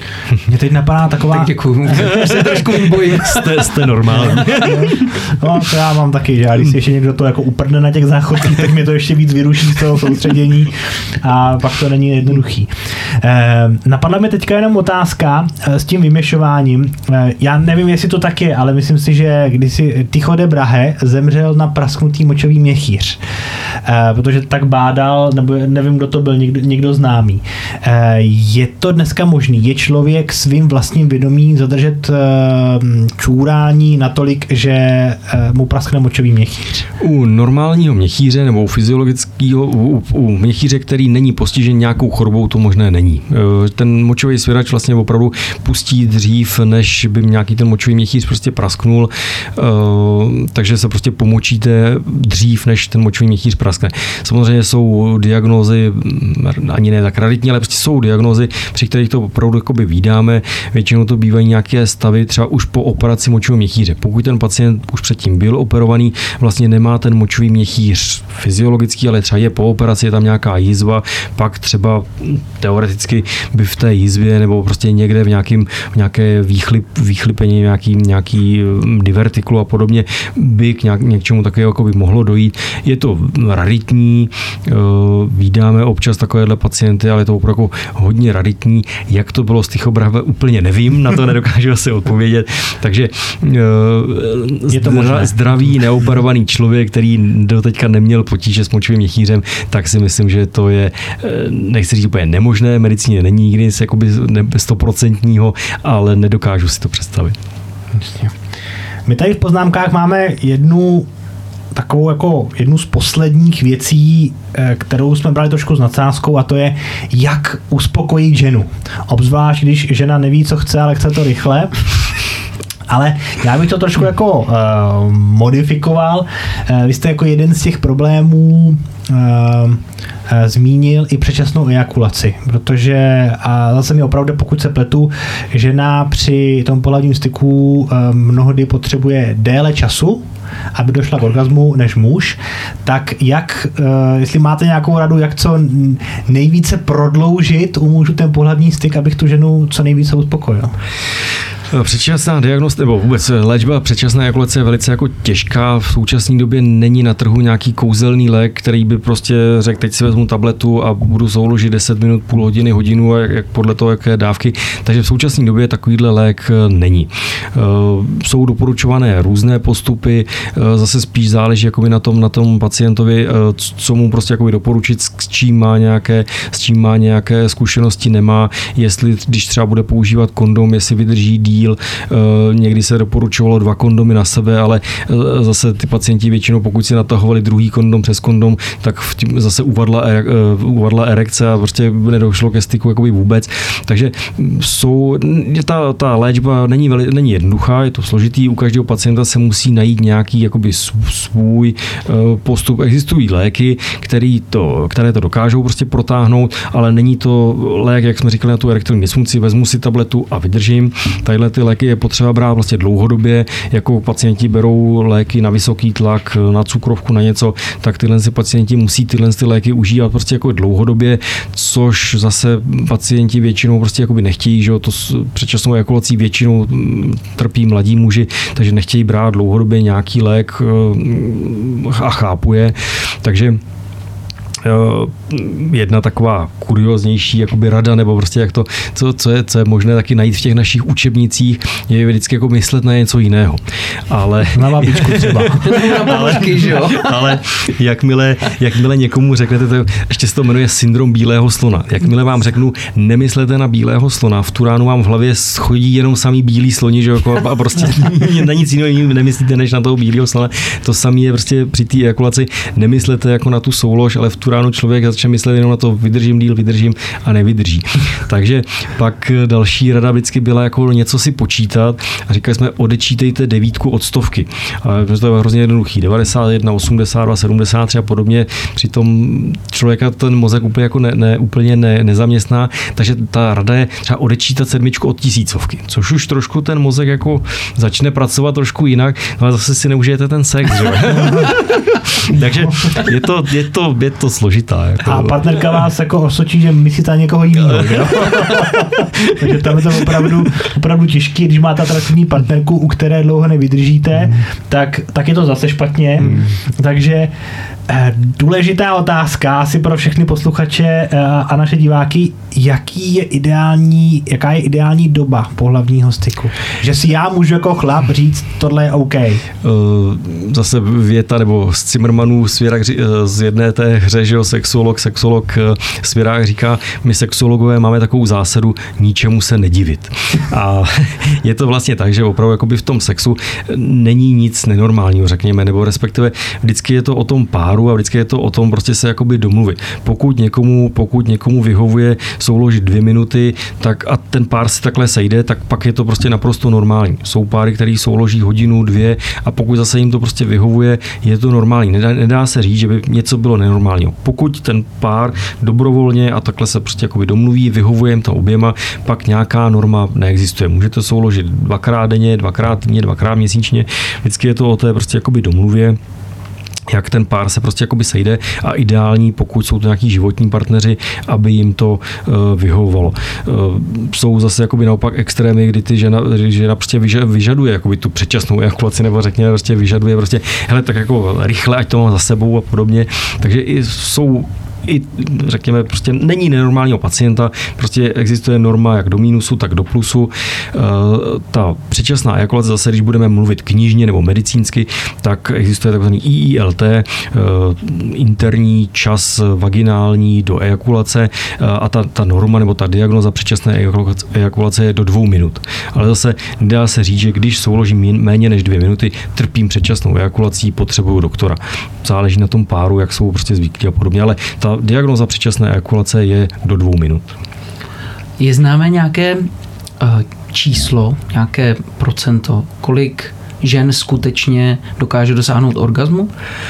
Speaker 1: Mě teď napadá taková...
Speaker 2: Tak děkuju, se trošku bojím.
Speaker 3: Jste normální.
Speaker 1: No, to já mám taky, že když si ještě někdo to jako uprdne na těch záchodcích, tak mě to ještě víc vyruší z toho soustředění a pak to není jednoduchý. Napadla mi teďka jenom otázka s tím vyměšováním. Já nevím, jestli to tak je, ale myslím si, že když si Tycho de Brahe zemřel na prasknutý močový měchýř, protože tak bádal, nebo nevím, kdo to byl, někdo známý. Je to dneska možný? Je člověk svým vlastním vědomím zadržet čůrání natolik, že mu praskne močový měchýř?
Speaker 3: U normálního měchýře nebo u fyziologického, u měchýře, který není postižen nějakou chorobou, to možné není. Ten močový svěrač vlastně opravdu pustí dřív, než by nějaký ten močový měchýř prostě prasknul, takže se prostě pomočíte dřív, než ten močový měchýř praskne. Samozřejmě jsou diagnózy, ani ne tak raritní, ale prostě jsou diagnózy, při kterých to opravdu jakoby vídáme. Většinou to bývají nějaké stavy třeba už po operaci močového měchýře. Pokud ten pacient už předtím byl operovaný, vlastně nemá ten močový měchýř fyziologický, ale třeba je po operaci, je tam nějaká jizva, pak třeba teoreticky by v té jizvě nebo prostě někde v nějaké výchlipeně, nějaký divertikulu a podobně by k něčemu takového jako by mohlo dojít. Je to raritní, vídáme občas takovéhle pacienty, ale je to opravdu hodně raritní. Jak to bylo z Tycho Brahe, úplně nevím, na to nedokážu asi odpovědět. Takže zdravý, neoperovaný člověk, který doteďka neměl potíže s močovým měchýřem, tak si myslím, že to je, nechci říct úplně nemožné, medicíně není nikdy nic jakoby 100%, ale nedokážu si to představit.
Speaker 1: My tady v poznámkách máme jednu z posledních věcí, kterou jsme brali trošku s nadsázkou, a to je, jak uspokojit ženu. Obzvlášť, když žena neví, co chce, ale chce to rychle. Ale já bych to trošku jako modifikoval. Vy jste jako jeden z těch problémů zmínil i předčasnou ejakulaci, protože a zase mi opravdu, pokud se pletu, žena při tom pohlavním styku mnohdy potřebuje déle času, aby došla k orgazmu, než muž, tak jak, jestli máte nějakou radu, jak co nejvíce prodloužit u mužů ten pohlavní styk, abych tu ženu co nejvíce uspokojil?
Speaker 3: Předčasná diagnostika, nebo vůbec léčba předčasné ejakulace je velice jako těžká. V současné době není na trhu nějaký kouzelný lék, který by prostě řekl, teď si vezmu tabletu a budu souložit 10 minut, půl hodiny, hodinu, jak podle toho, jaké dávky. Takže v současné době takovýhle lék není. Jsou doporučované různé postupy, zase spíš záleží jakoby na tom pacientovi, co mu prostě jakoby doporučit, s čím má nějaké zkušenosti, nemá, jestli, když třeba bude používat kondom, jestli vydrží díl. Někdy se doporučovalo 2 kondomy na sebe, ale zase ty pacienti většinou, pokud si natahovali druhý kondom přes kondom, tak zase uvadla erekce a prostě nedošlo ke styku jakoby vůbec. Takže ta léčba není jednoduchá, je to složitý, u každého pacienta se musí najít nějaký jakoby svůj postup. Existují léky, které to dokážou prostě protáhnout, ale není to lék, jak jsme říkali, na tu erektilní dysfunkci, vezmu si tabletu a vydržím. Tadyhle ty léky je potřeba brát vlastně dlouhodobě, jako pacienti berou léky na vysoký tlak, na cukrovku, na něco, tak tyhle pacienti musí ty léky užívat prostě jako dlouhodobě, což zase pacienti většinou prostě jakoby nechtějí, že to s předčasnou ejakulací většinou trpí mladí muži, takže nechtějí brát dlouhodobě nějaký lék a chápu je, takže jedna taková kurioznější jakoby rada, nebo prostě jak to, co je možné taky najít v těch našich učebnicích, je vždycky jako myslet na něco jiného. Ale
Speaker 1: na babičku třeba.
Speaker 3: ale jakmile někomu řeknete, to ještě se to jmenuje syndrom bílého slona. Jakmile vám řeknu, nemyslete na bílého slona, v tu ránu vám v hlavě chodí jenom samý bílý sloni, že jako, a prostě na nic jiného nemyslíte, než na toho bílého slona. To samé je prostě při té ejakulaci, nemyslete jako na tu soulož, ale v tu ránu člověk začne myslet jenom na to, vydržím a nevydrží. Takže pak další rada vždycky byla jako něco si počítat a říkali jsme, odečítejte 9 od 100. To je hrozně jednoduchý. 91, 82, 73 a podobně. Přitom člověka ten mozek úplně jako úplně nezaměstná, takže ta rada je třeba odečítat 7 od 1000, což už trošku ten mozek jako začne pracovat trošku jinak, ale zase si neužijete ten sex, že? Takže je to složitá. Jako.
Speaker 1: A partnerka vás jako osočí, že myslíte na někoho jiného, jo? Takže tam je to opravdu těžké, když máte atraktivní partnerku, u které dlouho nevydržíte, tak je to zase špatně. Takže důležitá otázka asi pro všechny posluchače a naše diváky, jaká je ideální doba pohlavního styku? Že si já můžu jako chlap říct, tohle je OK.
Speaker 3: Zase věta, nebo z Zimmermanů z jedné té hře, že jo, sexuolog Svěrák říká, my sexuologové máme takovou zásadu ničemu se nedivit. A je to vlastně tak, že opravdu jakoby v tom sexu není nic nenormálního, řekněme, nebo respektive vždycky je to o tom páru a vždycky je to o tom prostě se jakoby domluvit. Pokud někomu vyhovuje souložit 2 minuty, tak a ten pár si takhle sejde, tak pak je to prostě naprosto normální. Jsou páry, který souloží hodinu, 2 a pokud zase jim to prostě vyhovuje, je to normální. Nedá se říct, že by něco bylo nenormálního. Pokud ten pár dobrovolně a takhle se prostě jakoby domluví, vyhovuje jim to oběma, pak nějaká norma neexistuje. Můžete souložit 2krát denně, 2krát týdně, 2krát měsíčně. Vždycky je to o té prostě jakoby domluvě, jak ten pár se prostě jakoby sejde a ideální, pokud jsou to nějaký životní partneři, aby jim to vyhovovalo. Jsou zase jakoby naopak extrémy, kdy ty žena prostě vyžaduje jakoby tu předčasnou ejakulaci, nebo řekněme prostě vyžaduje prostě, hele, tak jako rychle, ať to mám za sebou a podobně. Takže jsou řekněme, prostě není nenormálního pacienta, prostě existuje norma jak do mínusu, tak do plusu. Ta předčasná ejakulace, zase když budeme mluvit knižně nebo medicínsky, tak existuje takzvaný IILT, interní čas vaginální do ejakulace a ta norma nebo ta diagnoza předčasné ejakulace je do 2 minut. Ale zase dá se říct, že když souložím méně než 2 minuty, trpím předčasnou ejakulací, potřebuju doktora. Záleží na tom páru, jak jsou prostě zvyklí a podobně, ale ta diagnoza předčasné ejakulace je do 2 minut.
Speaker 2: Je známé nějaké číslo, nějaké procento, kolik žen skutečně dokáže dosáhnout orgazmu?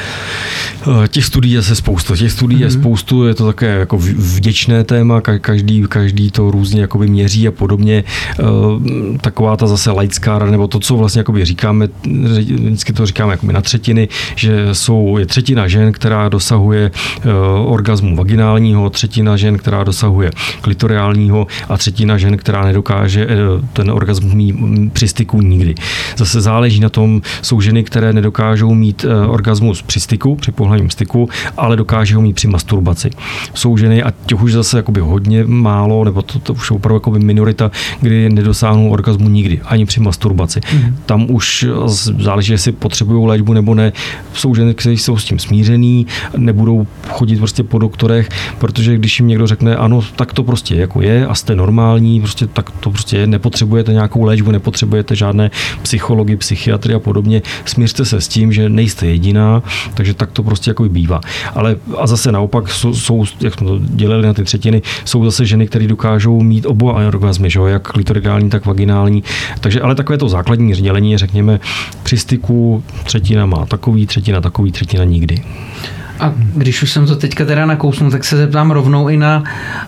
Speaker 3: Těch studií je spoustu. Je to také jako vděčné téma, každý to různě jakoby měří a podobně. Taková ta zase laická rada, nebo to, co vlastně jakoby říkáme, vždycky to říkáme jakoby na třetiny, že je třetina žen, která dosahuje orgazmu vaginálního, třetina žen, která dosahuje klitoriálního a třetina žen, která nedokáže ten orgasmus mít při styku nikdy. Zase záleží na tom, jsou ženy, které nedokážou mít orgasmus při styku, při pohlavním styku, ale dokáže ho mít při masturbaci. Jsou ženy, a těch už zase jakoby hodně málo, nebo to už je opravdu jakoby minorita, kdy nedosáhnou orgasmu nikdy, ani při masturbaci. Tam už záleží, jestli potřebují léčbu nebo ne. Jsou ženy, které jsou s tím smířený, nebudou chodit prostě po doktorech, protože když jim někdo řekne, ano, tak to prostě jako je a jste normální, prostě tak to prostě je, nepotřebujete nějakou léčbu, nepotřebujete žádné psychologi, psychiatry a podobně, smířte se s tím, že nejste jediná, takže tak to prostě jako bývá. Ale a zase naopak jsou, jak jsme to dělali na ty třetiny, jsou zase ženy, které dokážou mít oba orgasmy, že jo, jak klitoridální, tak vaginální. Takže ale takové to základní dělení je, řekněme, při styku třetina má takový, třetina nikdy.
Speaker 2: A když už jsem to teďka teda nakousnul, tak se zeptám rovnou i na,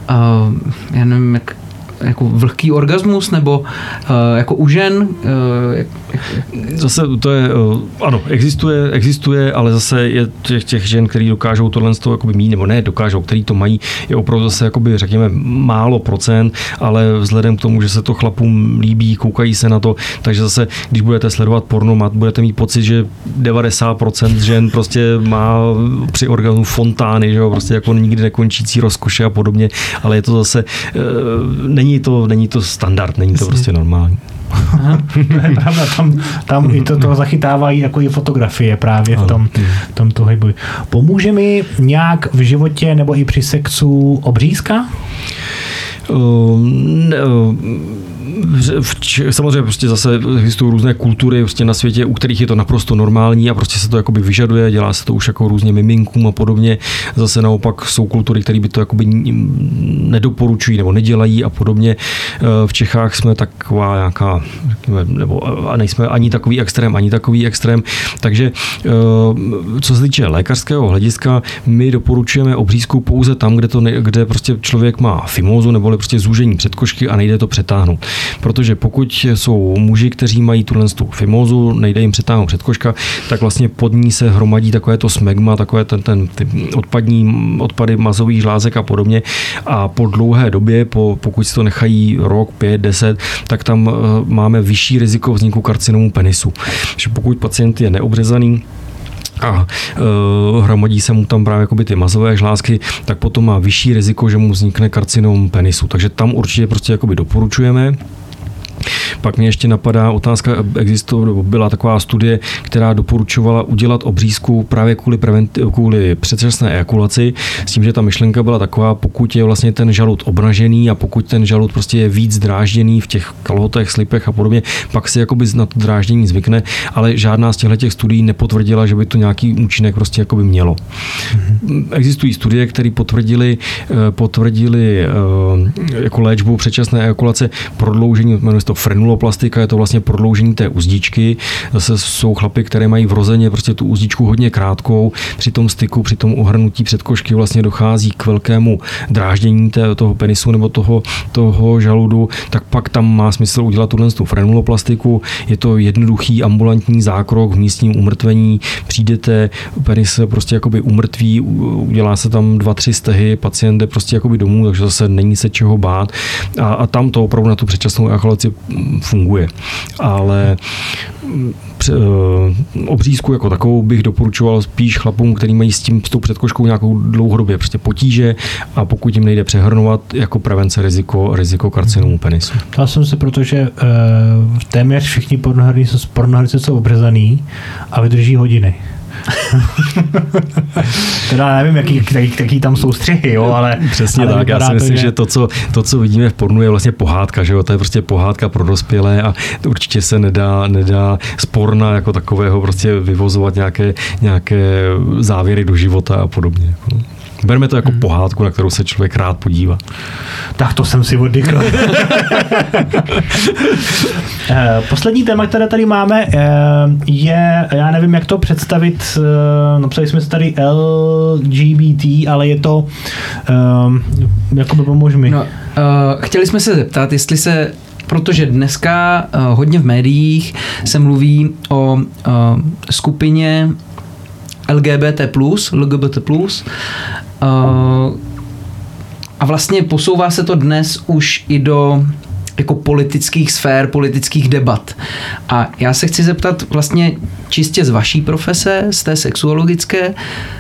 Speaker 2: já nevím, jako vlhký orgasmus, nebo jako u žen?
Speaker 3: Zase to je, ano, existuje, ale zase je těch žen, který dokážou tohle z toho jakoby mít, nebo ne dokážou, který to mají, je opravdu zase jakoby, řekněme, málo procent, ale vzhledem k tomu, že se to chlapům líbí, koukají se na to, takže zase, když budete sledovat pornomat, budete mít pocit, že 90% žen prostě má při orgasmu fontány, že jo, prostě jako nikdy nekončící rozkoše a podobně, ale je to zase, není to standard, není to prostě normální.
Speaker 1: Aha, to je pravda, tam i to zachytávají jako i fotografie právě v tomto hybu. Pomůže mi nějak v životě nebo i při sexu obřízka?
Speaker 3: Samozřejmě prostě zase existují různé kultury prostě na světě, u kterých je to naprosto normální a prostě se to jakoby vyžaduje, dělá se to už jako různě miminkům a podobně. Zase naopak jsou kultury, které by to jakoby nedoporučují nebo nedělají a podobně. V Čechách jsme taková nějaká, a nejsme ani takový extrém. Takže co se týče lékařského hlediska, my doporučujeme obřízku pouze tam, kde prostě člověk má fimózu nebo prostě zúžení předkošky a nejde to přetáhnout. protože pokud jsou muži, kteří mají tuhle tu fimózu, nejde jim přetáhnout předkoška, tak vlastně pod ní se hromadí takové to smegma, takové ty odpady mazových žlázek a podobně a po dlouhé době, pokud si to nechají rok, 5, 10, tak tam máme vyšší riziko vzniku karcinomu penisu. Takže pokud pacient je neobřezaný a hromadí se mu tam právě jakoby ty mazové žlázky, tak potom má vyšší riziko, že mu vznikne karcinom penisu. Takže tam určitě prostě jakoby doporučujeme. Pak mě ještě napadá otázka, byla taková studie, která doporučovala udělat obřízku právě kvůli předčasné ejakulaci, s tím, že ta myšlenka byla taková, pokud je vlastně ten žalud obnažený a pokud ten žalud prostě je víc drážděný v těch kalhotech, slipech a podobně, pak si jakoby na to dráždění zvykne, ale žádná z těchto studií nepotvrdila, že by to nějaký účinek prostě jakoby mělo. Existují studie, které potvrdili jako léčbu předčasné ejakulace prodloužení, jmenuje se to frenuloplastika, je to vlastně prodloužení té uzdičky. Zase jsou chlapy, které mají vrozeně prostě tu uzdičku hodně krátkou. Při tom styku, při tom uhrnutí předkošky vlastně dochází k velkému dráždění toho penisu nebo toho žaludu, tak pak tam má smysl udělat tu frenuloplastiku. Je to jednoduchý ambulantní zákrok v místním umrtvení. Přijdete, penis se prostě jakoby umrtví, udělá se tam 2-3 stehy, pacient jde prostě jakoby domů, takže zase není se čeho bát. A tam to opravdu na tu předčasnou ejakulaci funguje. Ale obřízku jako takovou bych doporučoval spíš chlapům, který mají s tou předkoškou nějakou dlouhodobě prostě potíže a pokud jim nejde přehrnovat, jako prevence riziko karcinomu penisu.
Speaker 1: Ptal jsem se, protože téměř všichni pornoherci jsou obřezaný a vydrží hodiny. Teda nevím, jaký tam jsou střihy, jo, ale...
Speaker 3: Přesně ale tak, já si myslím, že to, co vidíme v pornu, je vlastně pohádka, že jo, to je prostě pohádka pro dospělé a určitě se nedá z porna jako takového prostě vyvozovat nějaké závěry do života a podobně. Berme to jako pohádku, na kterou se člověk rád podívá.
Speaker 1: Tak to jsem si oddychl. Poslední téma, které tady máme, je, já nevím, jak to představit, napsali jsme se tady LGBT, ale je to, jakoby pomož mi. No,
Speaker 2: chtěli jsme se zeptat, jestli se, protože dneska hodně v médiích se mluví o skupině LGBT+, a vlastně posouvá se to dnes už i do jako politických sfér, politických debat. A já se chci zeptat vlastně čistě z vaší profese, z té sexuologické,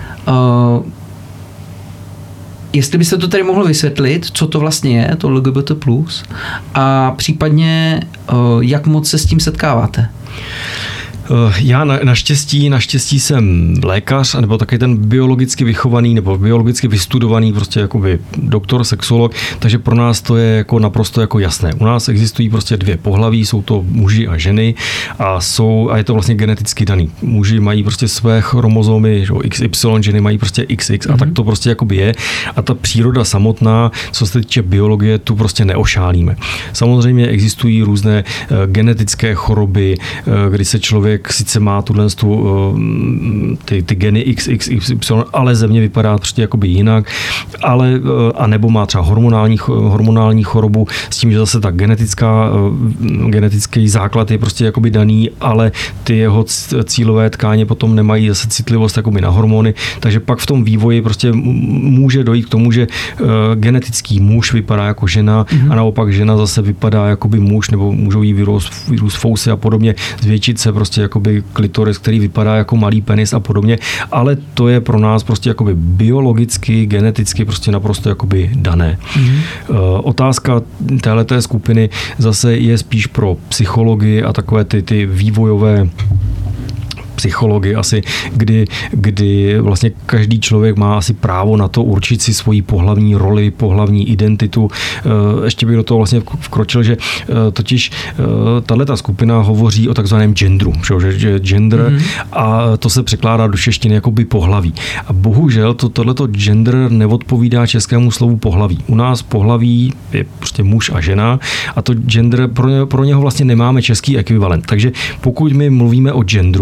Speaker 2: jestli byste to tady mohl vysvětlit, co to vlastně je, to LGBT+, a případně jak moc se s tím setkáváte?
Speaker 3: Já naštěstí jsem lékař, nebo taky ten biologicky vychovaný nebo biologicky vystudovaný prostě jakoby doktor, sexolog, takže pro nás to je jako naprosto jako jasné. U nás existují prostě 2 pohlaví, jsou to muži a ženy a je to vlastně geneticky daný. Muži mají prostě své chromozomy, XY, ženy mají prostě XX a tak to prostě jakoby je a ta příroda samotná, co se týče biologie, tu prostě neošálíme. Samozřejmě existují různé genetické choroby, kdy se člověk sice má ty geny XXY, ale země vypadá prostě jakoby jinak, ale a nebo má třeba hormonální chorobu s tím, že zase ta genetický základ je prostě jakoby daný, ale ty jeho cílové tkáně potom nemají zase citlivost jakoby na hormony, takže pak v tom vývoji prostě může dojít k tomu, že genetický muž vypadá jako žena a naopak žena zase vypadá jakoby muž, nebo můžou jí vyrůst fousy a podobně, zvětšit se prostě jakoby klitoris, který vypadá jako malý penis a podobně, ale to je pro nás prostě jakoby biologicky, geneticky prostě naprosto jakoby dané. Otázka téhleté skupiny zase je spíš pro psychologii a takové ty vývojové psychologii asi, kdy vlastně každý člověk má asi právo na to určit si svoji pohlavní roli, pohlavní identitu. Ještě bych do toho vlastně vkročil, že totiž tato skupina hovoří o takzvaném genderu, že gender a to se překládá do češtiny jakoby pohlaví. A bohužel tohleto gender neodpovídá českému slovu pohlaví. U nás pohlaví je prostě muž a žena a to gender pro něho vlastně nemáme český ekvivalent. Takže pokud my mluvíme o genderu,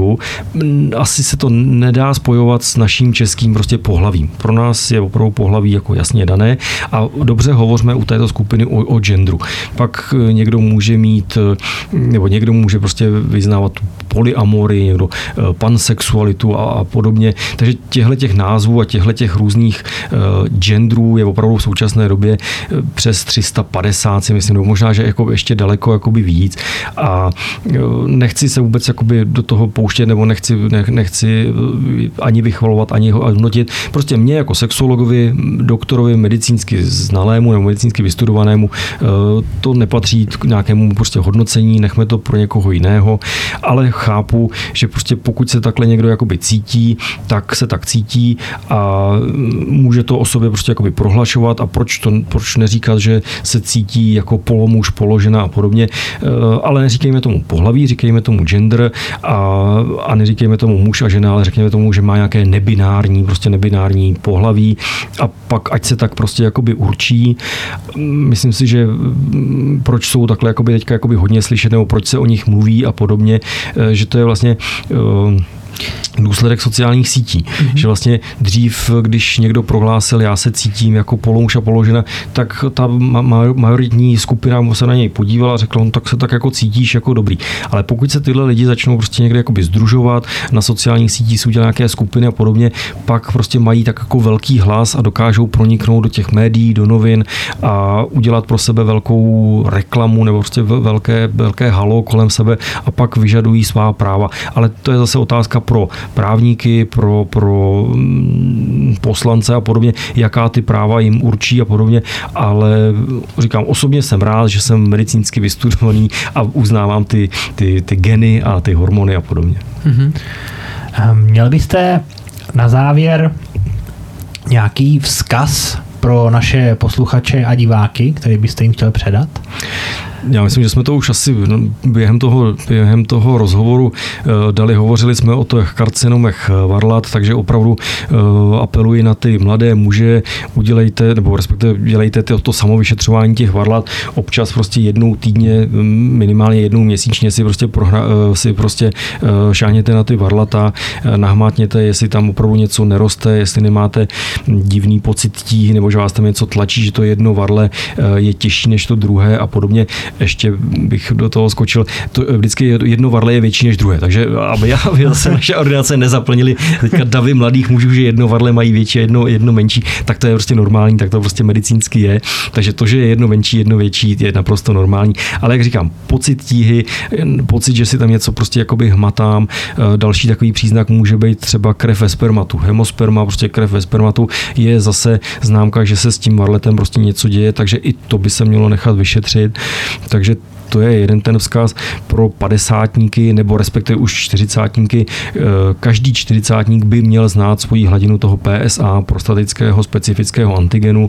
Speaker 3: asi se to nedá spojovat s naším českým prostě pohlavím. Pro nás je opravdu pohlaví jako jasně dané a dobře hovořme u této skupiny o genderu. Pak někdo může mít, nebo někdo může prostě vyznávat polyamory, někdo pansexualitu a podobně. Takže těch názvů a těch různých genderů je opravdu v současné době přes 350, si myslím, nebo možná, že jako ještě daleko jakoby víc. A nechci se vůbec jakoby do toho pouštět, nebo nechci ani vychvalovat, ani ho hodnotit. Prostě mě jako sexuologovi, doktorovi, medicínsky znalému nebo medicínsky vystudovanému to nepatří k nějakému prostě hodnocení, nechme to pro někoho jiného, ale chápu, že prostě pokud se takhle někdo jakoby cítí, tak se tak cítí a může to o sobě prostě jakoby prohlašovat a proč neříkat, že se cítí jako polomuž, položena a podobně, ale neříkejme tomu pohlaví, říkejme tomu gender a neříkejme tomu muž a žena, ale řekněme tomu, že má nějaké nebinární pohlaví a pak ať se tak prostě jakoby určí. Myslím si, že proč jsou takhle jakoby teďka jakoby hodně slyšet, nebo proč se o nich mluví a podobně, že to je vlastně důsledek sociálních sítí. Že vlastně dřív, když někdo prohlásil, já se cítím jako polomuž a položena, tak ta majoritní skupina se na něj podívala a řekla, tak se tak jako cítíš jako dobrý. Ale pokud se tyhle lidi začnou prostě někde jakoby sdružovat, na sociálních sítích si udělat nějaké skupiny a podobně, pak prostě mají tak jako velký hlas a dokážou proniknout do těch médií, do novin a udělat pro sebe velkou reklamu nebo prostě velké halo kolem sebe a pak vyžadují svá práva. Ale to je zase otázka pro právníky, pro poslance a podobně, jaká ty práva jim určí a podobně, ale říkám, osobně jsem rád, že jsem medicínsky vystudovaný a uznávám ty geny a ty hormony a podobně.
Speaker 1: Měl byste na závěr nějaký vzkaz pro naše posluchače a diváky, který byste jim chtěl předat?
Speaker 3: Já myslím, že jsme to už asi během toho rozhovoru hovořili jsme o těch karcinomech varlat, takže opravdu apeluji na ty mladé muže, udělejte, nebo respektive dělejte to samovyšetřování těch varlat, občas prostě jednou týdně, minimálně jednou měsíčně si prostě šáhněte na ty varlata, nahmátněte, jestli tam opravdu něco neroste, jestli nemáte divný pocit tíhy, nebo že vás tam něco tlačí, že to jedno varle je těžší než to druhé a podobně. Ještě bych do toho skočil, vždycky jedno varle je větší než druhé, takže aby zase naše ordinace nezaplnili teďka davy mladých mužů, že jedno varle mají větší a jedno menší, tak to je prostě normální, tak to prostě medicínsky je, takže to, že je jedno menší, jedno větší, je naprosto normální, ale jak říkám, pocit tíhy, pocit, že si tam něco prostě jakoby hmatám, další takový příznak může být třeba krev ve spermatu, hemosperma, prostě krev ve spermatu je zase známka, že se s tím varletem prostě něco děje, takže i to by se mělo nechat vyšetřit. Takže to je jeden ten vzkaz pro padesátníky nebo respektive už čtyřicátníky. Každý čtyřicátník by měl znát svoji hladinu toho PSA, prostatického specifického antigenu.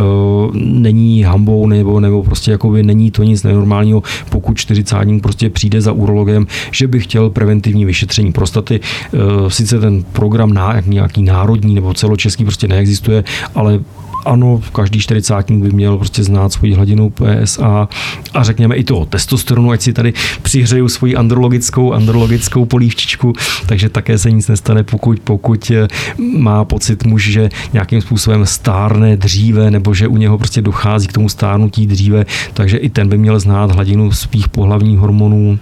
Speaker 3: Není hanbou nebo prostě jakoby není to nic nenormálního, pokud čtyřicátník prostě přijde za urologem, že by chtěl preventivní vyšetření prostaty. Sice ten program nějaký národní nebo celočeský prostě neexistuje, ale ano, každý čtyřicátník by měl prostě znát svoji hladinu PSA a řekněme i toho testosteronu, ať si tady přihřeju svoji andrologickou polívčičku, takže také se nic nestane, pokud má pocit muž, že nějakým způsobem stárne dříve, nebo že u něho prostě dochází k tomu stárnutí dříve, takže i ten by měl znát hladinu svých pohlavních hormonů.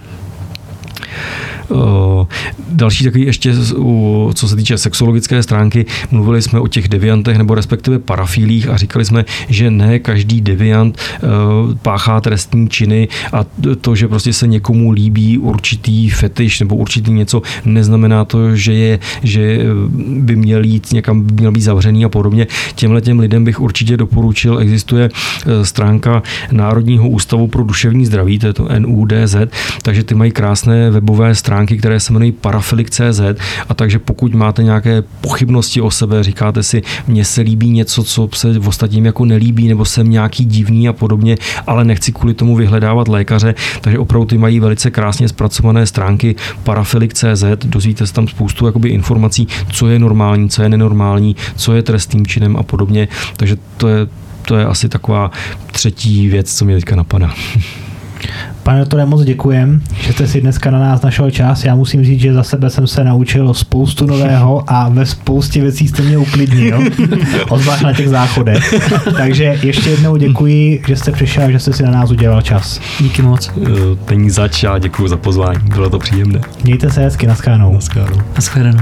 Speaker 3: Další takový ještě, co se týče sexologické stránky, mluvili jsme o těch deviantech nebo respektive parafílích a říkali jsme, že ne každý deviant páchá trestní činy a to, že prostě se někomu líbí určitý fetiš nebo určitý něco, neznamená to, že by měl jít někam, by měl být zavřený a podobně. Těmhletěm lidem bych určitě doporučil, existuje stránka Národního ústavu pro duševní zdraví, to je to NUDZ, takže ty mají krásné webové stránky, které se jmenují parafilik.cz a takže pokud máte nějaké pochybnosti o sebe, říkáte si, mně se líbí něco, co se v ostatním jako nelíbí, nebo jsem nějaký divný a podobně, ale nechci kvůli tomu vyhledávat lékaře, takže opravdu ty mají velice krásně zpracované stránky parafilik.cz, dozvíte se tam spoustu jakoby informací, co je normální, co je nenormální, co je trestným činem a podobně, takže to je asi taková třetí věc, co mě teďka napadá.
Speaker 1: Pane doktore, moc děkujem, že jste si dneska na nás našel čas. Já musím říct, že za sebe jsem se naučil spoustu nového a ve spoustě věcí jste mě uklidnil, obzvlášť na těch záchodech. Takže ještě jednou děkuji, že jste přišel, že jste si na nás udělal čas.
Speaker 2: Díky moc.
Speaker 3: Není zač a děkuji za pozvání, bylo to příjemné.
Speaker 1: Mějte se hezky, naschledanou.
Speaker 2: Naschledanou.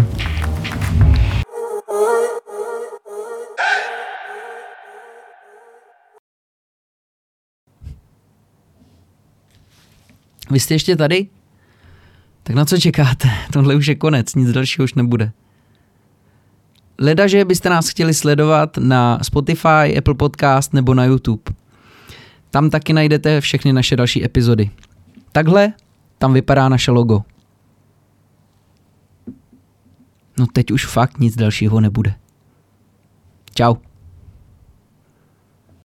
Speaker 2: Vy jste ještě tady? Tak na co čekáte? Tohle už je konec, nic dalšího už nebude. Ledaže byste nás chtěli sledovat na Spotify, Apple Podcast nebo na YouTube. Tam taky najdete všechny naše další epizody. Takhle tam vypadá naše logo. No teď už fakt nic dalšího nebude. Čau.